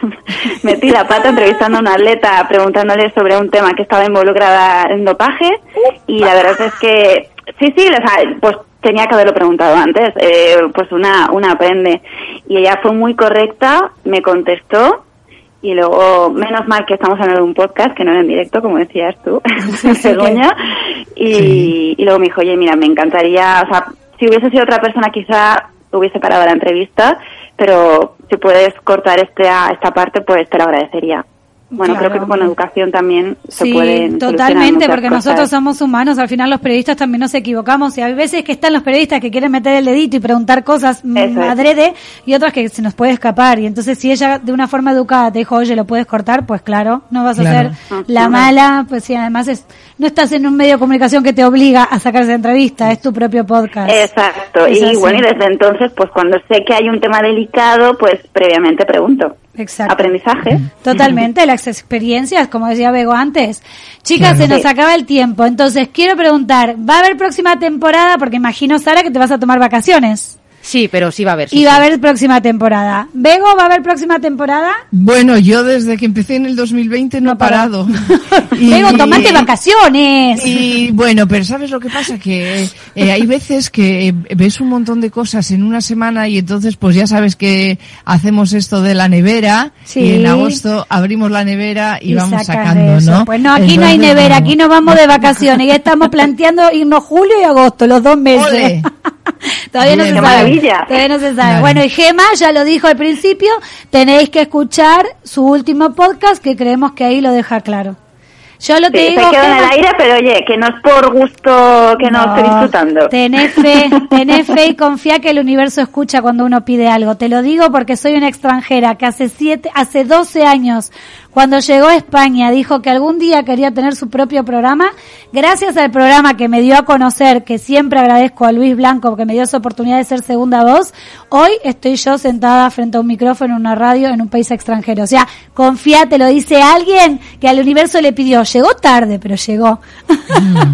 metí la pata entrevistando a una atleta, preguntándole sobre un tema que estaba involucrada en dopaje, y la verdad es que, sí, sí, o sea, pues tenía que haberlo preguntado antes, eh, pues una, una aprende. Y ella fue muy correcta, me contestó, y luego, menos mal que estamos hablando de un podcast, que no era en directo, como decías tú, sí, sí, Begoña, que... y, sí. y luego me dijo, oye, mira, me encantaría, o sea, si hubiese sido otra persona quizá hubiese parado la entrevista, pero si puedes cortar este, esta parte, pues te lo agradecería. Bueno, claro. Creo que con educación también se sí, pueden totalmente, porque cosas. Nosotros somos humanos, al final los periodistas también nos equivocamos y hay veces que están los periodistas que quieren meter el dedito y preguntar cosas Eso adrede es. y otras que se nos puede escapar, y entonces si ella de una forma educada te dijo, oye, lo puedes cortar, pues claro, no vas claro. a ser uh-huh. la mala, pues sí, además es no estás en un medio de comunicación que te obliga a sacar esa entrevista, es tu propio podcast. Exacto, es y así. Bueno, y desde entonces, pues cuando sé que hay un tema delicado, pues previamente pregunto. Exacto. Aprendizaje. Totalmente, las experiencias, como decía Bego antes. Chicas, claro. se nos sí. acaba el tiempo, entonces quiero preguntar, ¿va a haber próxima temporada? Porque imagino, Sara, que te vas a tomar vacaciones. Sí, pero sí va a haber. Sí, y va sí. a haber próxima temporada. ¿Bego, va a haber próxima temporada? Bueno, yo desde que empecé en el dos mil veinte no, no he parado. y, Bego, tomate vacaciones. Y bueno, pero ¿sabes lo que pasa? Que eh, hay veces que ves un montón de cosas en una semana y entonces pues ya sabes que hacemos esto de la nevera sí. y en agosto abrimos la nevera y, y vamos sacando, ¿no? Pues no, aquí entonces, no hay nevera, aquí nos vamos de vacaciones. Ya estamos planteando irnos julio y agosto, los dos meses. Ole. Todavía Bien, no se sabe. Todavía no se sabe. Vale. Bueno, y Gemma ya lo dijo al principio, tenéis que escuchar su último podcast, que creemos que ahí lo deja claro. Yo lo te sí, digo, se quedó Gemma, en el aire, pero oye, que no es por gusto que no, no esté disfrutando. Tenés fe, tenés fe y confía que el universo escucha cuando uno pide algo. Te lo digo porque soy una extranjera que hace siete, hace doce años, cuando llegó a España, dijo que algún día quería tener su propio programa. Gracias al programa que me dio a conocer, que siempre agradezco a Luis Blanco porque me dio esa oportunidad de ser segunda voz, hoy estoy yo sentada frente a un micrófono en una radio en un país extranjero. O sea, confía, te lo dice alguien que al universo le pidió. Llegó tarde, pero llegó. Mm.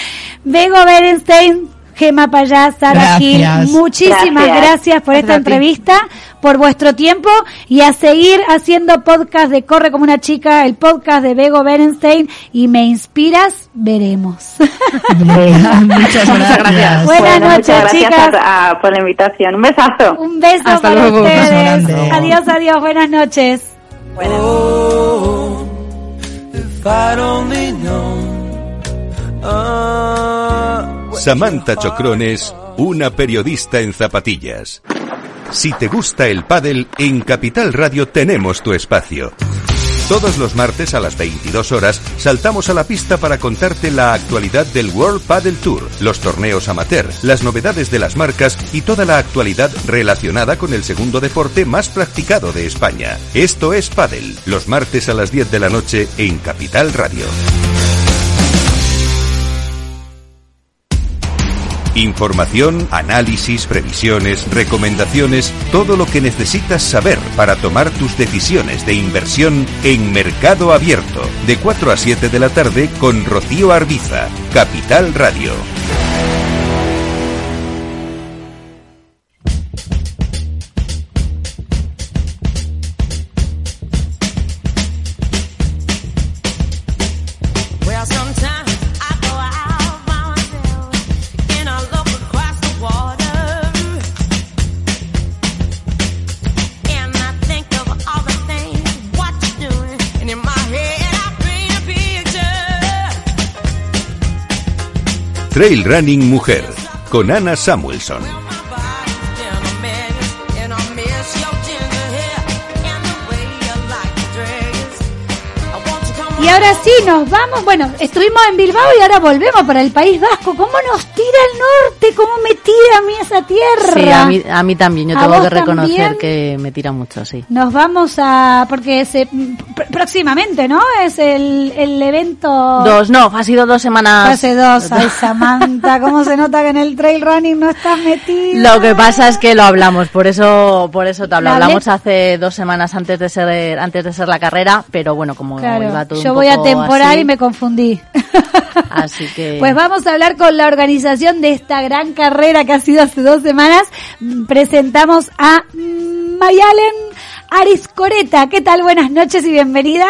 Bego Berenstein, Gemma Payá, Sara Gil, muchísimas gracias, gracias por esta entrevista, por vuestro tiempo y a seguir haciendo podcast de Corre como una chica, el podcast de Bego Berenstein y Me Inspiras, veremos. Muchas gracias. Buenas bueno, noches, muchas chicas. Gracias a, a, por la invitación. Un besazo. Un beso Hasta para luego. ustedes. Adiós, adiós. Buenas noches. Buenas oh, if I'd only known, uh, Samantha Chocrones una periodista en zapatillas. Si te gusta el pádel, en Capital Radio tenemos tu espacio. Todos los martes a las veintidós horas saltamos a la pista para contarte la actualidad del World Padel Tour, los torneos amateur, las novedades de las marcas y toda la actualidad relacionada con el segundo deporte más practicado de España. Esto es Padel, los martes a las diez de la noche en Capital Radio. Información, análisis, previsiones, recomendaciones, todo lo que necesitas saber para tomar tus decisiones de inversión en Mercado Abierto, de cuatro a siete de la tarde con Rocío Arbiza, Capital Radio. Trail Running Mujer, con Ana Samuelson. Y ahora sí, nos vamos. Bueno, estuvimos en Bilbao y ahora volvemos para el País Vasco. ¿Cómo nos tira el norte? ¿Cómo me tira a mí esa tierra? Sí, a mí, a mí también. Yo ¿A tengo vos que reconocer también? que me tira mucho, sí. Nos vamos a... Porque se, pr- próximamente, ¿no? Es el, el evento... Dos, no, ha sido dos semanas. Hace dos. Ay, Samantha, ¿cómo se nota que en el trail running no estás metida? Lo que pasa es que lo hablamos, por eso, por eso te hablo. ¿La hablé? Hablamos hace dos semanas antes de ser, antes de ser la carrera, pero bueno, como Claro, iba todo yo un voy a poco temporal así, y me confundí. así que. Pues vamos a hablar con la organización de esta gran carrera que ha sido hace dos semanas. Presentamos a Mayalen Arizcoreta. ¿Qué tal? Buenas noches y bienvenida.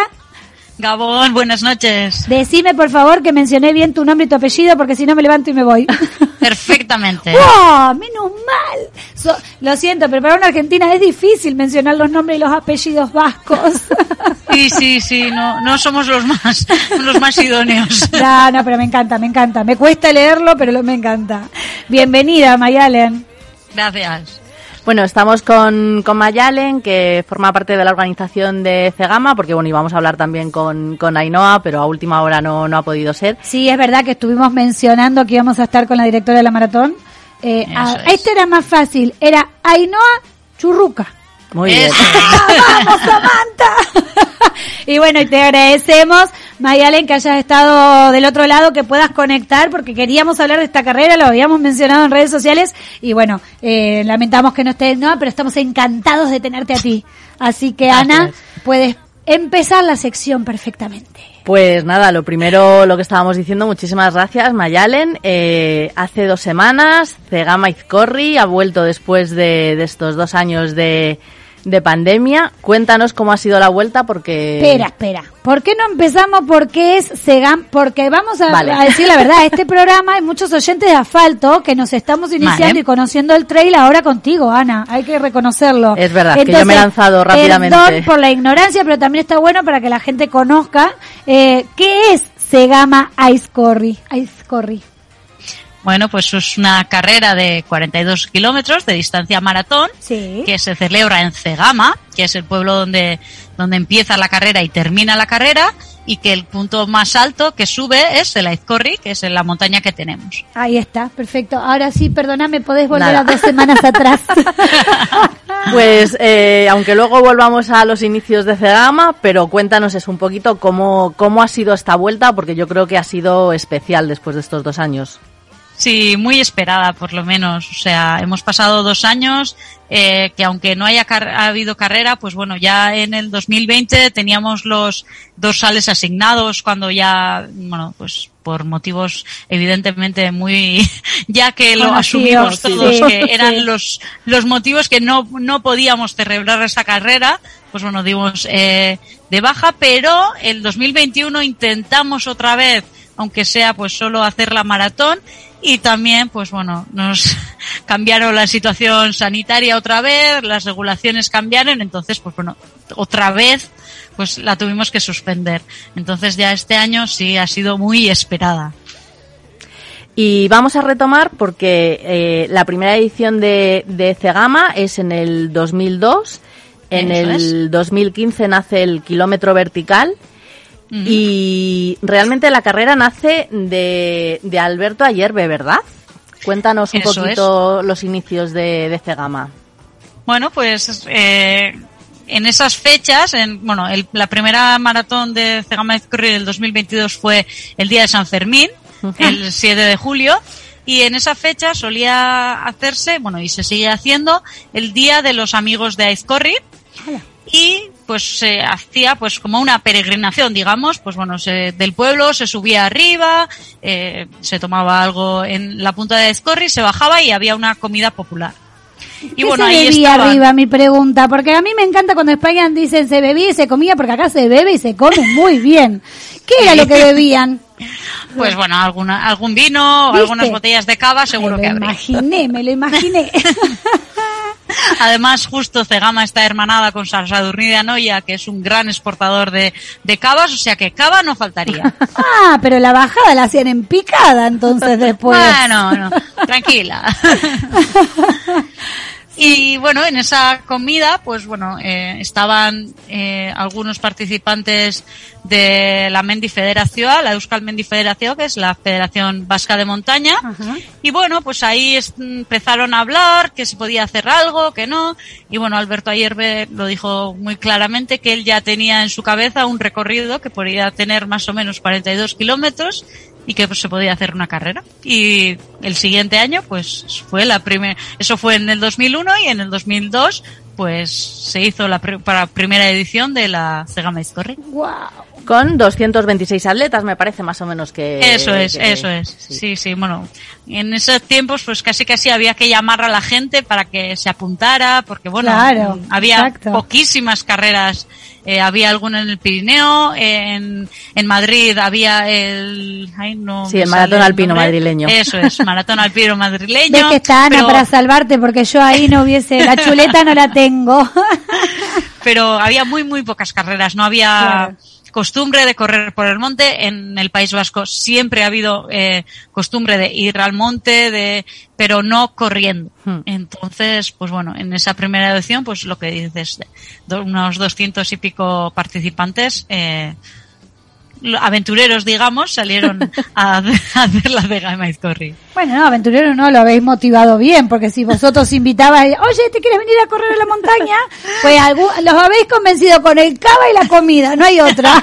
Gabón, buenas noches. Decime, por favor, que mencioné bien tu nombre y tu apellido, porque si no me levanto y me voy. Perfectamente. ¡Wow! ¡Menos mal! So, lo siento, pero para una argentina es difícil mencionar los nombres y los apellidos vascos. Sí, sí, sí, no, no somos los más, los más idóneos. No, no, pero me encanta, me encanta. Me cuesta leerlo, pero lo, me encanta. Bienvenida, Mayalen. Gracias. Bueno, estamos con, con Mayalen, que forma parte de la organización de Cegama, porque bueno, íbamos a hablar también con, con Ainhoa, pero a última hora no, no ha podido ser. Sí, es verdad que estuvimos mencionando que íbamos a estar con la directora de la maratón. Eh, a, Eso es. Este era más fácil, era Ainhoa Churruca. Muy bien. Eso. ¡Ah, vamos, Samantha! Y bueno, y te agradecemos, Mayalen, que hayas estado del otro lado, que puedas conectar, porque queríamos hablar de esta carrera, lo habíamos mencionado en redes sociales, y bueno, eh, lamentamos que no estés, no, pero estamos encantados de tenerte a ti. Así que, Gracias. Ana, puedes empezar la sección perfectamente. Pues nada, lo primero, lo que estábamos diciendo, muchísimas gracias, Mayalen. Eh, hace dos semanas, Cegama Aizkorri ha vuelto después de, de estos dos años de, de pandemia. Cuéntanos cómo ha sido la vuelta, porque... Espera, espera. ¿Por qué no empezamos por qué es Segam? Porque vamos a, Vale. a decir la verdad, este programa hay muchos oyentes de asfalto que nos estamos iniciando Vale. y conociendo el trail ahora contigo, Ana. Hay que reconocerlo. Es verdad, que yo me he lanzado rápidamente. Perdón por la ignorancia, pero también está bueno para que la gente conozca eh, qué es Cegama Aizkorri. Aizkorri. Bueno, pues es una carrera de cuarenta y dos kilómetros de distancia maratón Sí. que se celebra en Cegama, que es el pueblo donde, donde empieza la carrera y termina la carrera, y que el punto más alto que sube es el Aizkorri, que es la montaña que tenemos. Ahí está, perfecto. Ahora sí, perdóname, podés volver Nada. a dos semanas atrás. Pues, eh, aunque luego volvamos a los inicios de Cegama, pero cuéntanos es un poquito cómo, cómo ha sido esta vuelta, porque yo creo que ha sido especial después de estos dos años. Sí, muy esperada por lo menos. O sea, hemos pasado dos años eh, que aunque no haya car- ha habido carrera, pues bueno, ya en el dos mil veinte teníamos los dorsales asignados cuando ya, bueno, pues por motivos evidentemente muy, ya que lo Conocidos, asumimos todos, sí, que eran sí. los los motivos que no no podíamos celebrar esta carrera, pues bueno, dimos eh, de baja, pero el dos mil veintiuno intentamos otra vez, aunque sea pues solo hacer la maratón. Y también, pues bueno, nos cambiaron la situación sanitaria otra vez, las regulaciones cambiaron, entonces, pues bueno, otra vez, pues la tuvimos que suspender. Entonces ya este año sí ha sido muy esperada. Y vamos a retomar porque eh, la primera edición de, de Cegama es en el dos mil dos, en Eso el es. dos mil quince nace el kilómetro vertical. Ujú. Y realmente la carrera nace de, de Alberto Ayerbe, ¿verdad? Cuéntanos un Eso poquito los inicios de, de Cegama. Bueno, pues eh, en esas fechas, en, bueno, el, la primera maratón de Cegama Izkorri del dos mil veintidós fue el día de San Fermín, Ujú. el siete de julio, y en esa fecha solía hacerse, bueno, y se sigue haciendo, el día de los amigos de Aizkorri. Y pues se hacía pues como una peregrinación, digamos, pues bueno, se, del pueblo se subía arriba, eh, se tomaba algo en la punta de Aizkorri, se bajaba y había una comida popular. Y ¿Qué bueno, se ahí bebía estaban. arriba, mi pregunta? Porque a mí me encanta cuando en España dicen se bebía y se comía, porque acá se bebe y se come muy bien. ¿Qué era lo que bebían? Pues bueno, alguna, algún vino, ¿Viste? algunas botellas de cava seguro me que lo habría. imaginé, me lo imaginé. Además, justo Cegama está hermanada con Sadurní de Anoia, que es un gran exportador de, de cavas, o sea que cava no faltaría. Ah, pero la bajada la hacían en picada entonces después. Bueno, no, tranquila. Y bueno, en esa comida, pues bueno, eh, estaban eh, algunos participantes de la Mendi Federación, la Euskal Mendi Federación, que es la Federación Vasca de Montaña. Ajá. Y bueno, pues ahí es- empezaron a hablar que se podía hacer algo, que no. Y bueno, Alberto Ayerbe lo dijo muy claramente que él ya tenía en su cabeza un recorrido que podía tener más o menos cuarenta y dos kilómetros y que pues, se podía hacer una carrera. Y el siguiente año, pues fue la primera, eso fue en el dos mil uno y en el dos mil dos pues se hizo la pr- para primera edición de la Cegama Izkorri. Guau. Con doscientos veintiséis atletas, me parece más o menos que... Eso es, que- eso es. sí. Sí, sí, bueno, en esos tiempos pues casi casi había que llamar a la gente para que se apuntara, porque bueno, Claro, mm, había exacto. poquísimas carreras, eh, había alguna en el Pirineo, en, en Madrid había el... Ay, no Sí, me el sale maratón alpino nombre. madrileño. Eso es, maratón alpino madrileño. Ves que está Ana pero- para salvarte porque yo ahí no hubiese, la chuleta no la tengo. pero había muy, muy pocas carreras, no había Claro. costumbre de correr por el monte. En el País Vasco siempre ha habido eh, costumbre de ir al monte, de pero no corriendo. Hmm. Entonces, pues bueno, en esa primera edición, pues lo que dices, do- unos doscientos y pico participantes, eh, lo- aventureros, digamos, salieron a, a hacer la Cegama Izkorri. Bueno, no, aventurero no, lo habéis motivado bien, porque si vosotros invitabais, oye, ¿te quieres venir a correr a la montaña? Pues algún, los habéis convencido con el cava y la comida, no hay otra.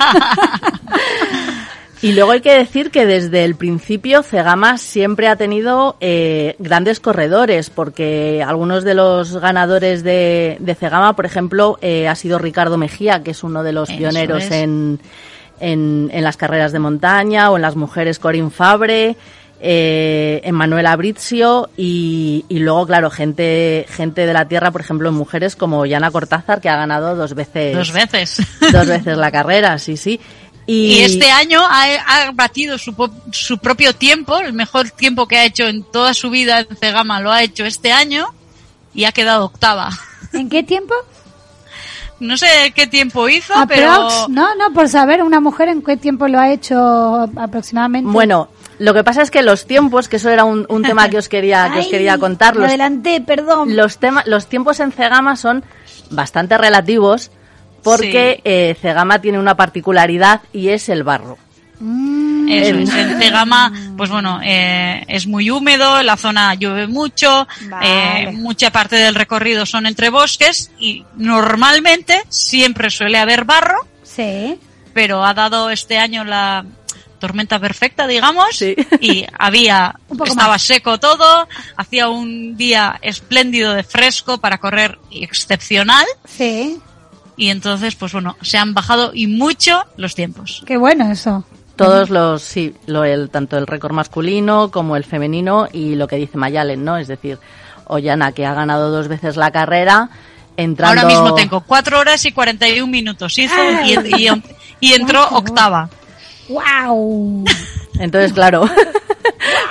Y luego hay que decir que desde el principio Cegama siempre ha tenido eh, grandes corredores, porque algunos de los ganadores de, de Cegama, por ejemplo, eh, ha sido Ricardo Mejía, que es uno de los Eso pioneros es. en, en, en las carreras de montaña, o en las mujeres Corín Fabre, eh, Emanuela Abrizio, y, y luego, claro, gente gente de la tierra, por ejemplo, en mujeres como Yana Cortázar, que ha ganado dos veces, Dos veces. dos veces la carrera, sí, sí. Y este año ha, ha batido su, po- su propio tiempo, el mejor tiempo que ha hecho en toda su vida en Cegama lo ha hecho este año y ha quedado octava. ¿En qué tiempo? No sé qué tiempo hizo, Aprox, pero no, no, por saber una mujer en qué tiempo lo ha hecho aproximadamente. Bueno, lo que pasa es que los tiempos, que eso era un, un tema que os quería que os Ay, quería contar, me los, adelanté, perdón. los, tema, los tiempos en Cegama son bastante relativos porque Sí. eh, Cegama tiene una particularidad y es el barro. Mm, eso el- es. En Cegama, pues bueno, eh, es muy húmedo, la zona llueve mucho, Vale. eh, mucha parte del recorrido son entre bosques y normalmente siempre suele haber barro, sí. pero ha dado este año la tormenta perfecta, digamos, Sí. y había, Un poco estaba más. seco todo, hacía un día espléndido de fresco para correr excepcional, Sí. y entonces, pues bueno, se han bajado y mucho los tiempos. Qué bueno eso. Todos los, sí, lo, el, tanto el récord masculino como el femenino y lo que dice Mayalen, ¿no? Es decir, Ollana, que ha ganado dos veces la carrera, entrando... Ahora mismo tengo cuatro horas y cuarenta y un minutos, hizo, y, y, y entró Ay, qué octava. ¡Wow! Entonces, claro,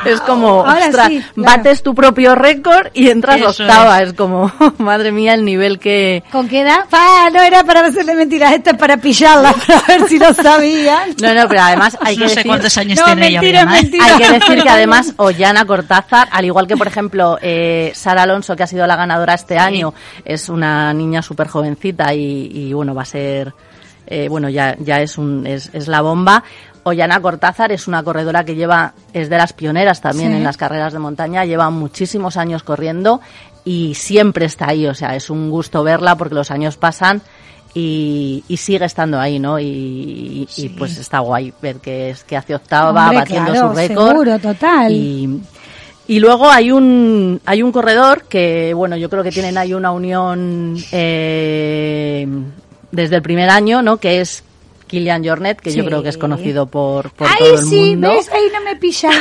Es como, Ahora ostras, sí, claro. bates tu propio récord y entras Eso octava. Es. es como, madre mía, el nivel que... ¿Con qué edad? Pa, no era para hacerle mentiras, esto es para pillarla, para ver si lo sabían. No, no, pero además hay no que sé decir... cuántos años No, tiene mentira, ella. mentira. Hay que decir que además Ollana Cortázar, al igual que por ejemplo eh, Sara Alonso, que ha sido la ganadora este año, es una niña súper jovencita y, y bueno, va a ser... Eh, bueno, ya ya es un es, es la bomba. Ollana Cortázar es una corredora que lleva, es de las pioneras también Sí. en las carreras de montaña, lleva muchísimos años corriendo y siempre está ahí, o sea, es un gusto verla porque los años pasan y, y sigue estando ahí, ¿no? Y, y, Sí. y pues está guay ver que es que hace octava, Hombre, batiendo claro, su récord. seguro, total. Y, y luego hay un hay un corredor que, bueno, yo creo que tienen ahí una unión eh, desde el primer año, ¿no? Que es Kilian Jornet, que Sí. yo creo que es conocido por, por Ahí todo el sí, mundo. ¿ves? Ahí no me pillas.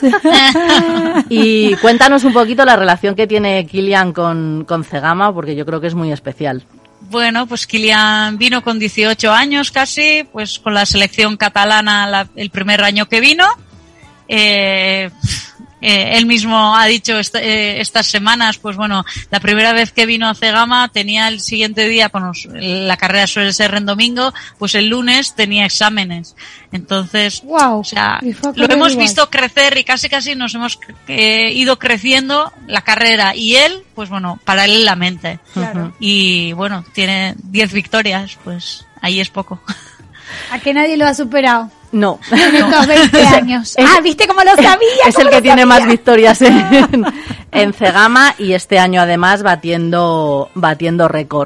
Y cuéntanos un poquito la relación que tiene Kilian con, con Cegama, porque yo creo que es muy especial. Bueno, pues Kilian vino con dieciocho años casi, pues con la selección catalana la- el primer año que vino. Eh, eh, él mismo ha dicho esta- eh, estas semanas, pues bueno, la primera vez que vino a Cegama tenía el siguiente día, bueno, la carrera suele ser en domingo, pues el lunes tenía exámenes. Entonces, Wow. o sea, Y fue a lo correr hemos igual. visto crecer y casi casi nos hemos eh, ido creciendo la carrera y él, pues bueno, paralelamente. Claro. Y bueno, tiene diez victorias, pues ahí es poco. A que nadie lo ha superado No. en estos veinte años. Es- Ah, ¿viste cómo lo sabía? Es ¿Cómo el que lo tiene sabía? más victorias en, en Cegama y este año además batiendo batiendo récord.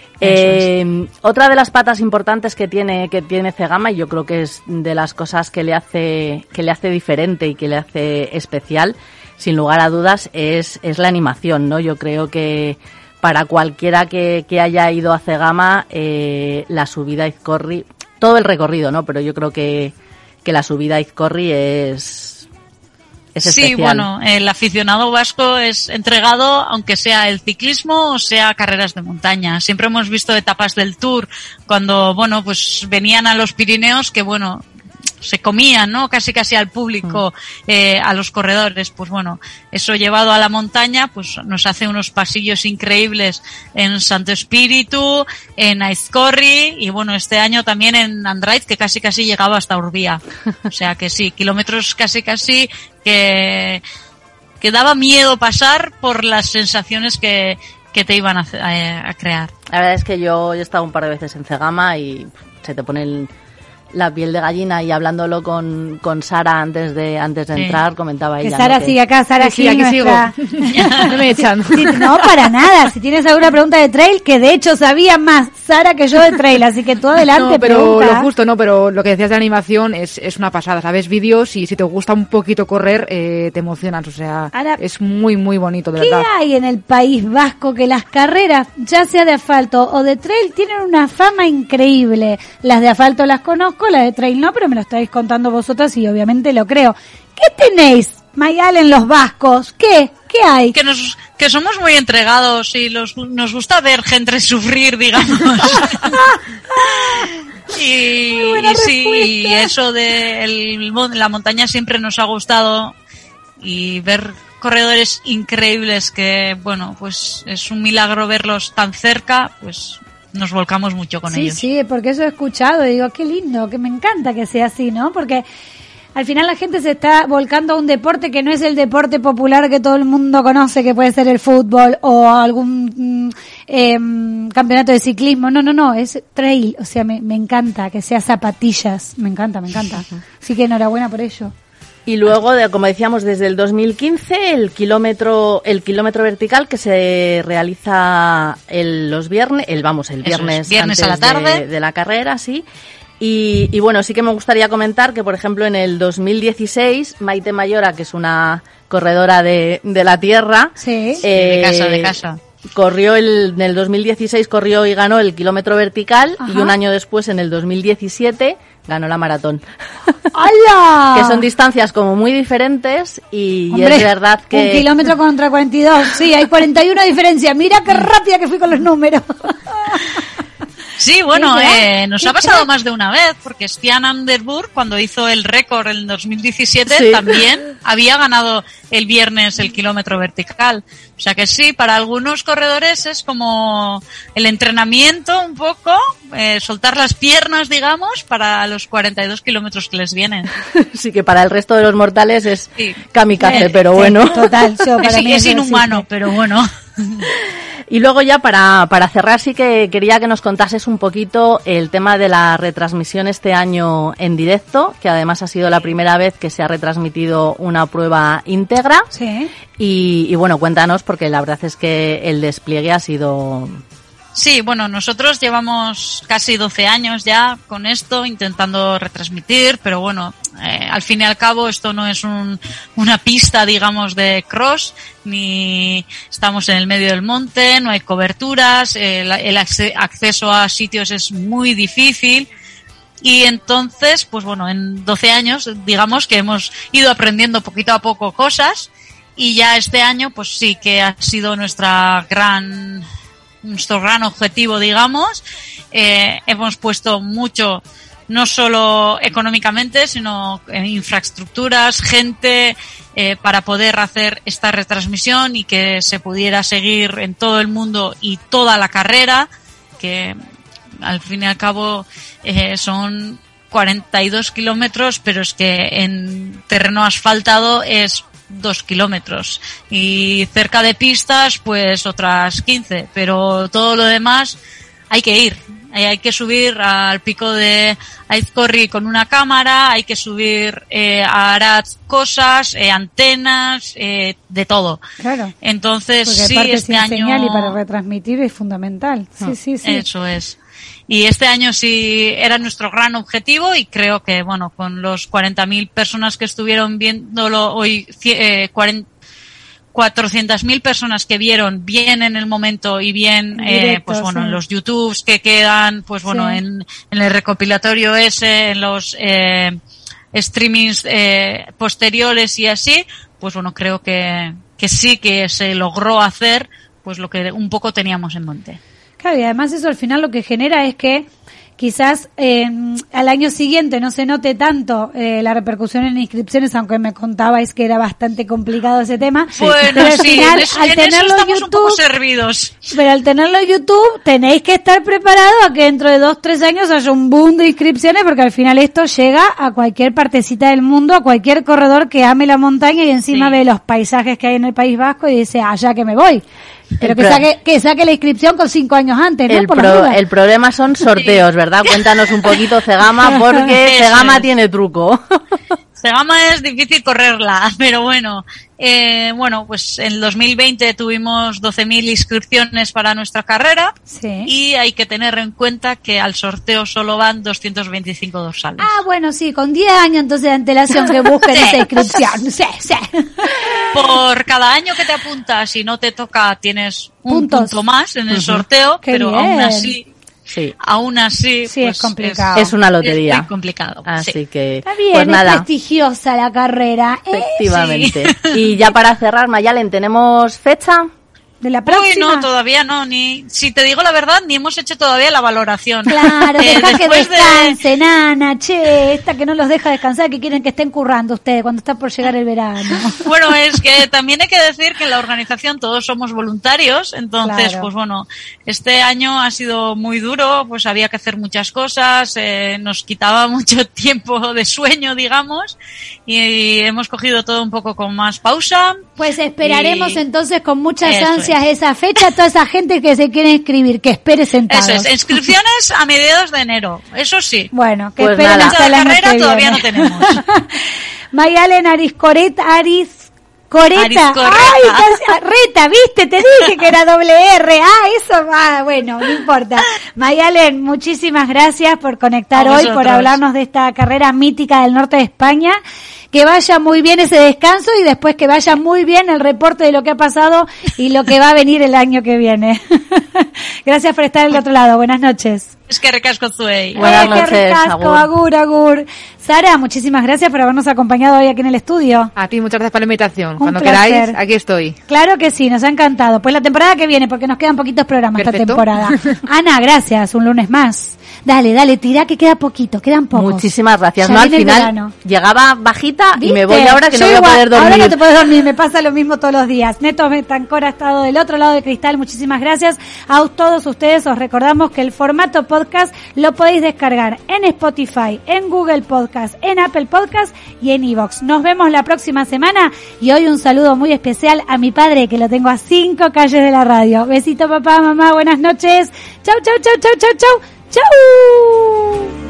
Eh, otra de las patas importantes que tiene que tiene Cegama, y yo creo que es de las cosas que le hace que le hace diferente y que le hace especial, sin lugar a dudas, es es la animación, ¿no? Yo creo que para cualquiera que, que haya ido a Cegama, eh, la subida a Izcorri, todo el recorrido, ¿no? Pero yo creo que, que la subida a Izcorri es, es Sí, especial. bueno, el aficionado vasco es entregado, aunque sea el ciclismo o sea carreras de montaña. Siempre hemos visto etapas del Tour cuando, bueno, pues venían a los Pirineos que, bueno, se comían, ¿no? Casi casi al público, eh, a los corredores. Pues bueno, eso llevado a la montaña, pues nos hace unos pasillos increíbles en Santo Espíritu, en Aizcorri y bueno, este año también en Andraiz, que casi casi llegaba hasta Urbía. O sea que sí, kilómetros casi casi que, que daba miedo pasar por las sensaciones que, que te iban a, a, a crear. La verdad es que yo, yo he estado un par de veces en Cegama y se te pone el, la piel de gallina, y hablándolo con, con Sara antes de antes de Sí. entrar, comentaba Que ella, Sara ¿no? que- sigue acá, Sara Sí, sí, Gil, aquí nuestra- No me echan. Sí, no, para nada. Si tienes alguna pregunta de trail, que de hecho sabía más Sara que yo de trail, así que tú adelante, No, pero pregunta. lo justo, no, pero lo que decías de animación es, es una pasada. Sabes vídeos y si te gusta un poquito correr, eh, te emocionas. O sea, Ahora, es muy, muy bonito, de ¿Qué verdad. hay en el País Vasco que las carreras, ya sea de asfalto o de trail, tienen una fama increíble? Las de asfalto las conozco, las de trail no, pero me lo estáis contando vosotras y obviamente lo creo. ¿Qué tenéis, Mayal, en los vascos? ¿Qué? ¿Qué hay? Que nos, que somos muy entregados y los, nos gusta ver gente sufrir, digamos. y, Muy buena y sí, y respuesta. eso de el mon- la montaña siempre nos ha gustado, y ver corredores increíbles que, bueno, pues es un milagro verlos tan cerca, pues nos volcamos mucho con Sí, ellos. sí, porque eso he escuchado y digo, qué lindo, que me encanta que sea así, ¿no? Porque al final la gente se está volcando a un deporte que no es el deporte popular que todo el mundo conoce, que puede ser el fútbol o algún mm, em, campeonato de ciclismo. No, no, no, es trail. O sea, me, me encanta que sea zapatillas. Me encanta, me encanta. Así que enhorabuena por ello. Y luego, de, como decíamos, desde el dos mil quince, el kilómetro el kilómetro vertical que se realiza el, los viernes, el vamos, el Eso es, viernes, viernes a antes la tarde. De, de la carrera, sí. Y, y bueno, sí que me gustaría comentar que, por ejemplo, en el dos mil dieciséis, Maite Mayora, que es una corredora de, de la tierra, Sí. eh, de casa, de casa. corrió el, en el dos mil dieciséis corrió y ganó el kilómetro vertical, y Ajá. un año después, en el dos mil diecisiete, ganó la maratón. ¡Hala! Que son distancias como muy diferentes y, y Hombre, es verdad que... un kilómetro contra cuarenta y dos. Sí, hay cuarenta y uno diferencia. Mira qué rápida que fui con los números. Sí, bueno, Qué eh, nos qué ha pasado crack. más de una vez, porque Stian Anderburg, cuando hizo el récord en dos mil diecisiete, Sí. también había ganado el viernes el kilómetro vertical. O sea que sí, para algunos corredores es como el entrenamiento un poco, eh, soltar las piernas, digamos, para los cuarenta y dos kilómetros que les vienen. Sí que para el resto de los mortales es Sí. kamikaze, Eh, pero sí, bueno. Total, yo para Es, mí es eso inhumano, existe. pero bueno. Y luego ya para, para cerrar sí que quería que nos contases un poquito el tema de la retransmisión este año en directo, que además ha sido la primera vez que se ha retransmitido una prueba íntegra. Sí. Y, y bueno, cuéntanos, porque la verdad es que el despliegue ha sido... Sí, bueno, nosotros llevamos casi doce años ya con esto, intentando retransmitir, pero bueno, eh, al fin y al cabo esto no es un, una pista, digamos, de cross, ni estamos en el medio del monte, no hay coberturas, el, el acce- acceso a sitios es muy difícil. Y entonces, pues bueno, en doce años, digamos que hemos ido aprendiendo poquito a poco cosas, y ya este año, pues sí que ha sido nuestra gran... nuestro gran objetivo, digamos. Eh, hemos puesto mucho, no solo económicamente, sino en infraestructuras, gente, eh, para poder hacer esta retransmisión y que se pudiera seguir en todo el mundo y toda la carrera, que al fin y al cabo eh, son cuarenta y dos kilómetros, pero es que en terreno asfaltado es dos kilómetros y cerca de pistas pues otras quince, pero todo lo demás hay que ir, hay, hay que subir al pico de Aizkorri con una cámara, hay que subir eh, a Arad cosas, eh, antenas, eh, de todo. Claro. Entonces Porque sí, aparte este sin año señal y para retransmitir es fundamental. Sí, sí, sí. eso es. Y este año sí era nuestro gran objetivo y creo que, bueno, con los cuarenta mil personas que estuvieron viéndolo hoy, eh, cuatrocientas mil personas que vieron bien en el momento y bien, Directo, eh, pues bueno, sí. en los YouTubes que quedan, pues bueno, Sí. en, en el recopilatorio ese, en los eh, streamings eh, posteriores y así, pues bueno, creo que, que sí que se logró hacer pues lo que un poco teníamos en mente. Claro, y además eso al final lo que genera es que quizás eh, al año siguiente no se note tanto eh, la repercusión en inscripciones, aunque me contabais que era bastante complicado ese tema. Bueno, pero al sí, final, en eso, al en eso tenerlo en estamos un poco YouTube, servidos. pero al tenerlo en YouTube tenéis que estar preparados a que dentro de dos, tres años haya un boom de inscripciones, porque al final esto llega a cualquier partecita del mundo, a cualquier corredor que ame la montaña y encima Sí. ve los paisajes que hay en el País Vasco y dice, allá que me voy. Pero El que pro- saque, que saque la inscripción con cinco años antes, ¿no? El, Por la pro- duda. el problema son sorteos, ¿verdad? Cuéntanos un poquito, Cegama, porque Eso Cegama es. tiene truco. Segama es difícil correrla, pero bueno, eh, bueno, pues en dos mil veinte tuvimos doce mil inscripciones para nuestra carrera Sí. y hay que tener en cuenta que al sorteo solo van doscientos veinticinco dorsales. Ah, bueno, sí, con diez años entonces de antelación que busquen Sí. esa inscripción. Sí, sí. Por cada año que te apuntas y no te toca tienes un Puntos. punto más en el sorteo, Qué pero bien. aún así, Sí, aún así, Sí, pues es complicado. es una lotería. Es muy complicado. Así sí. que, Está bien, pues es nada, prestigiosa la carrera. ¿eh? efectivamente. Y ya para cerrar, Mayalen, ¿tenemos fecha? De la Uy, próxima. no, todavía no, ni, si te digo la verdad, ni hemos hecho todavía la valoración. Claro, Eh, deja que después de- descanse, nana, che, esta que no los deja descansar, que quieren que estén currando ustedes cuando está por llegar el verano. Bueno, es que también hay que decir que en la organización todos somos voluntarios, entonces, Claro. pues bueno, este año ha sido muy duro, pues había que hacer muchas cosas, eh, nos quitaba mucho tiempo de sueño, digamos, y hemos cogido todo un poco con más pausa. Pues esperaremos Y- entonces con muchas Eso ansias esa fecha, toda esa gente que se quiere inscribir, que espere sentados. Eso es, inscripciones a mediados de enero, eso sí. Bueno, que Pues esperen nada. hasta el La año carrera que todavía viene. no tenemos. Mayalen Ariscoret, Aris... Coreta, Ariscorreta. ay, casi- Reta, viste, te dije que era doble R, ah, eso, ah, bueno, no importa. Mayalen, muchísimas gracias por conectar A hoy, por vosotros. hablarnos de esta carrera mítica del norte de España. Que vaya muy bien ese descanso y después que vaya muy bien el reporte de lo que ha pasado y lo que va a venir el año que viene. Gracias por estar del otro lado. Buenas noches. Es que recasco Zuey. Buenas Eh, noches, qué ricasco, agur. agur, agur. Sara, muchísimas gracias por habernos acompañado hoy aquí en el estudio. A ti, muchas gracias por la invitación. Un Cuando placer. queráis, aquí estoy. Claro que sí, nos ha encantado. Pues la temporada que viene, porque nos quedan poquitos programas esta Perfecto. temporada. Ana, gracias, un lunes más. Dale, dale, tira que queda poquito, quedan pocos. Muchísimas gracias. Ya No, al viene el final verano. llegaba bajita y me voy ¿Viste? ahora que Yo no voy a igual, poder dormir. Ahora no te puedes dormir, me pasa lo mismo todos los días. Neto Betancor ha estado del otro lado de cristal, muchísimas gracias. A todos ustedes os recordamos que el formato podcast lo podéis descargar en Spotify, en Google Podcast, en Apple Podcast y en iVoox. Nos vemos la próxima semana y hoy un saludo muy especial a mi padre que lo tengo a cinco calles de la radio. Besito papá, mamá, buenas noches. Chau, chau, chau, chau, chau, chau. Chau.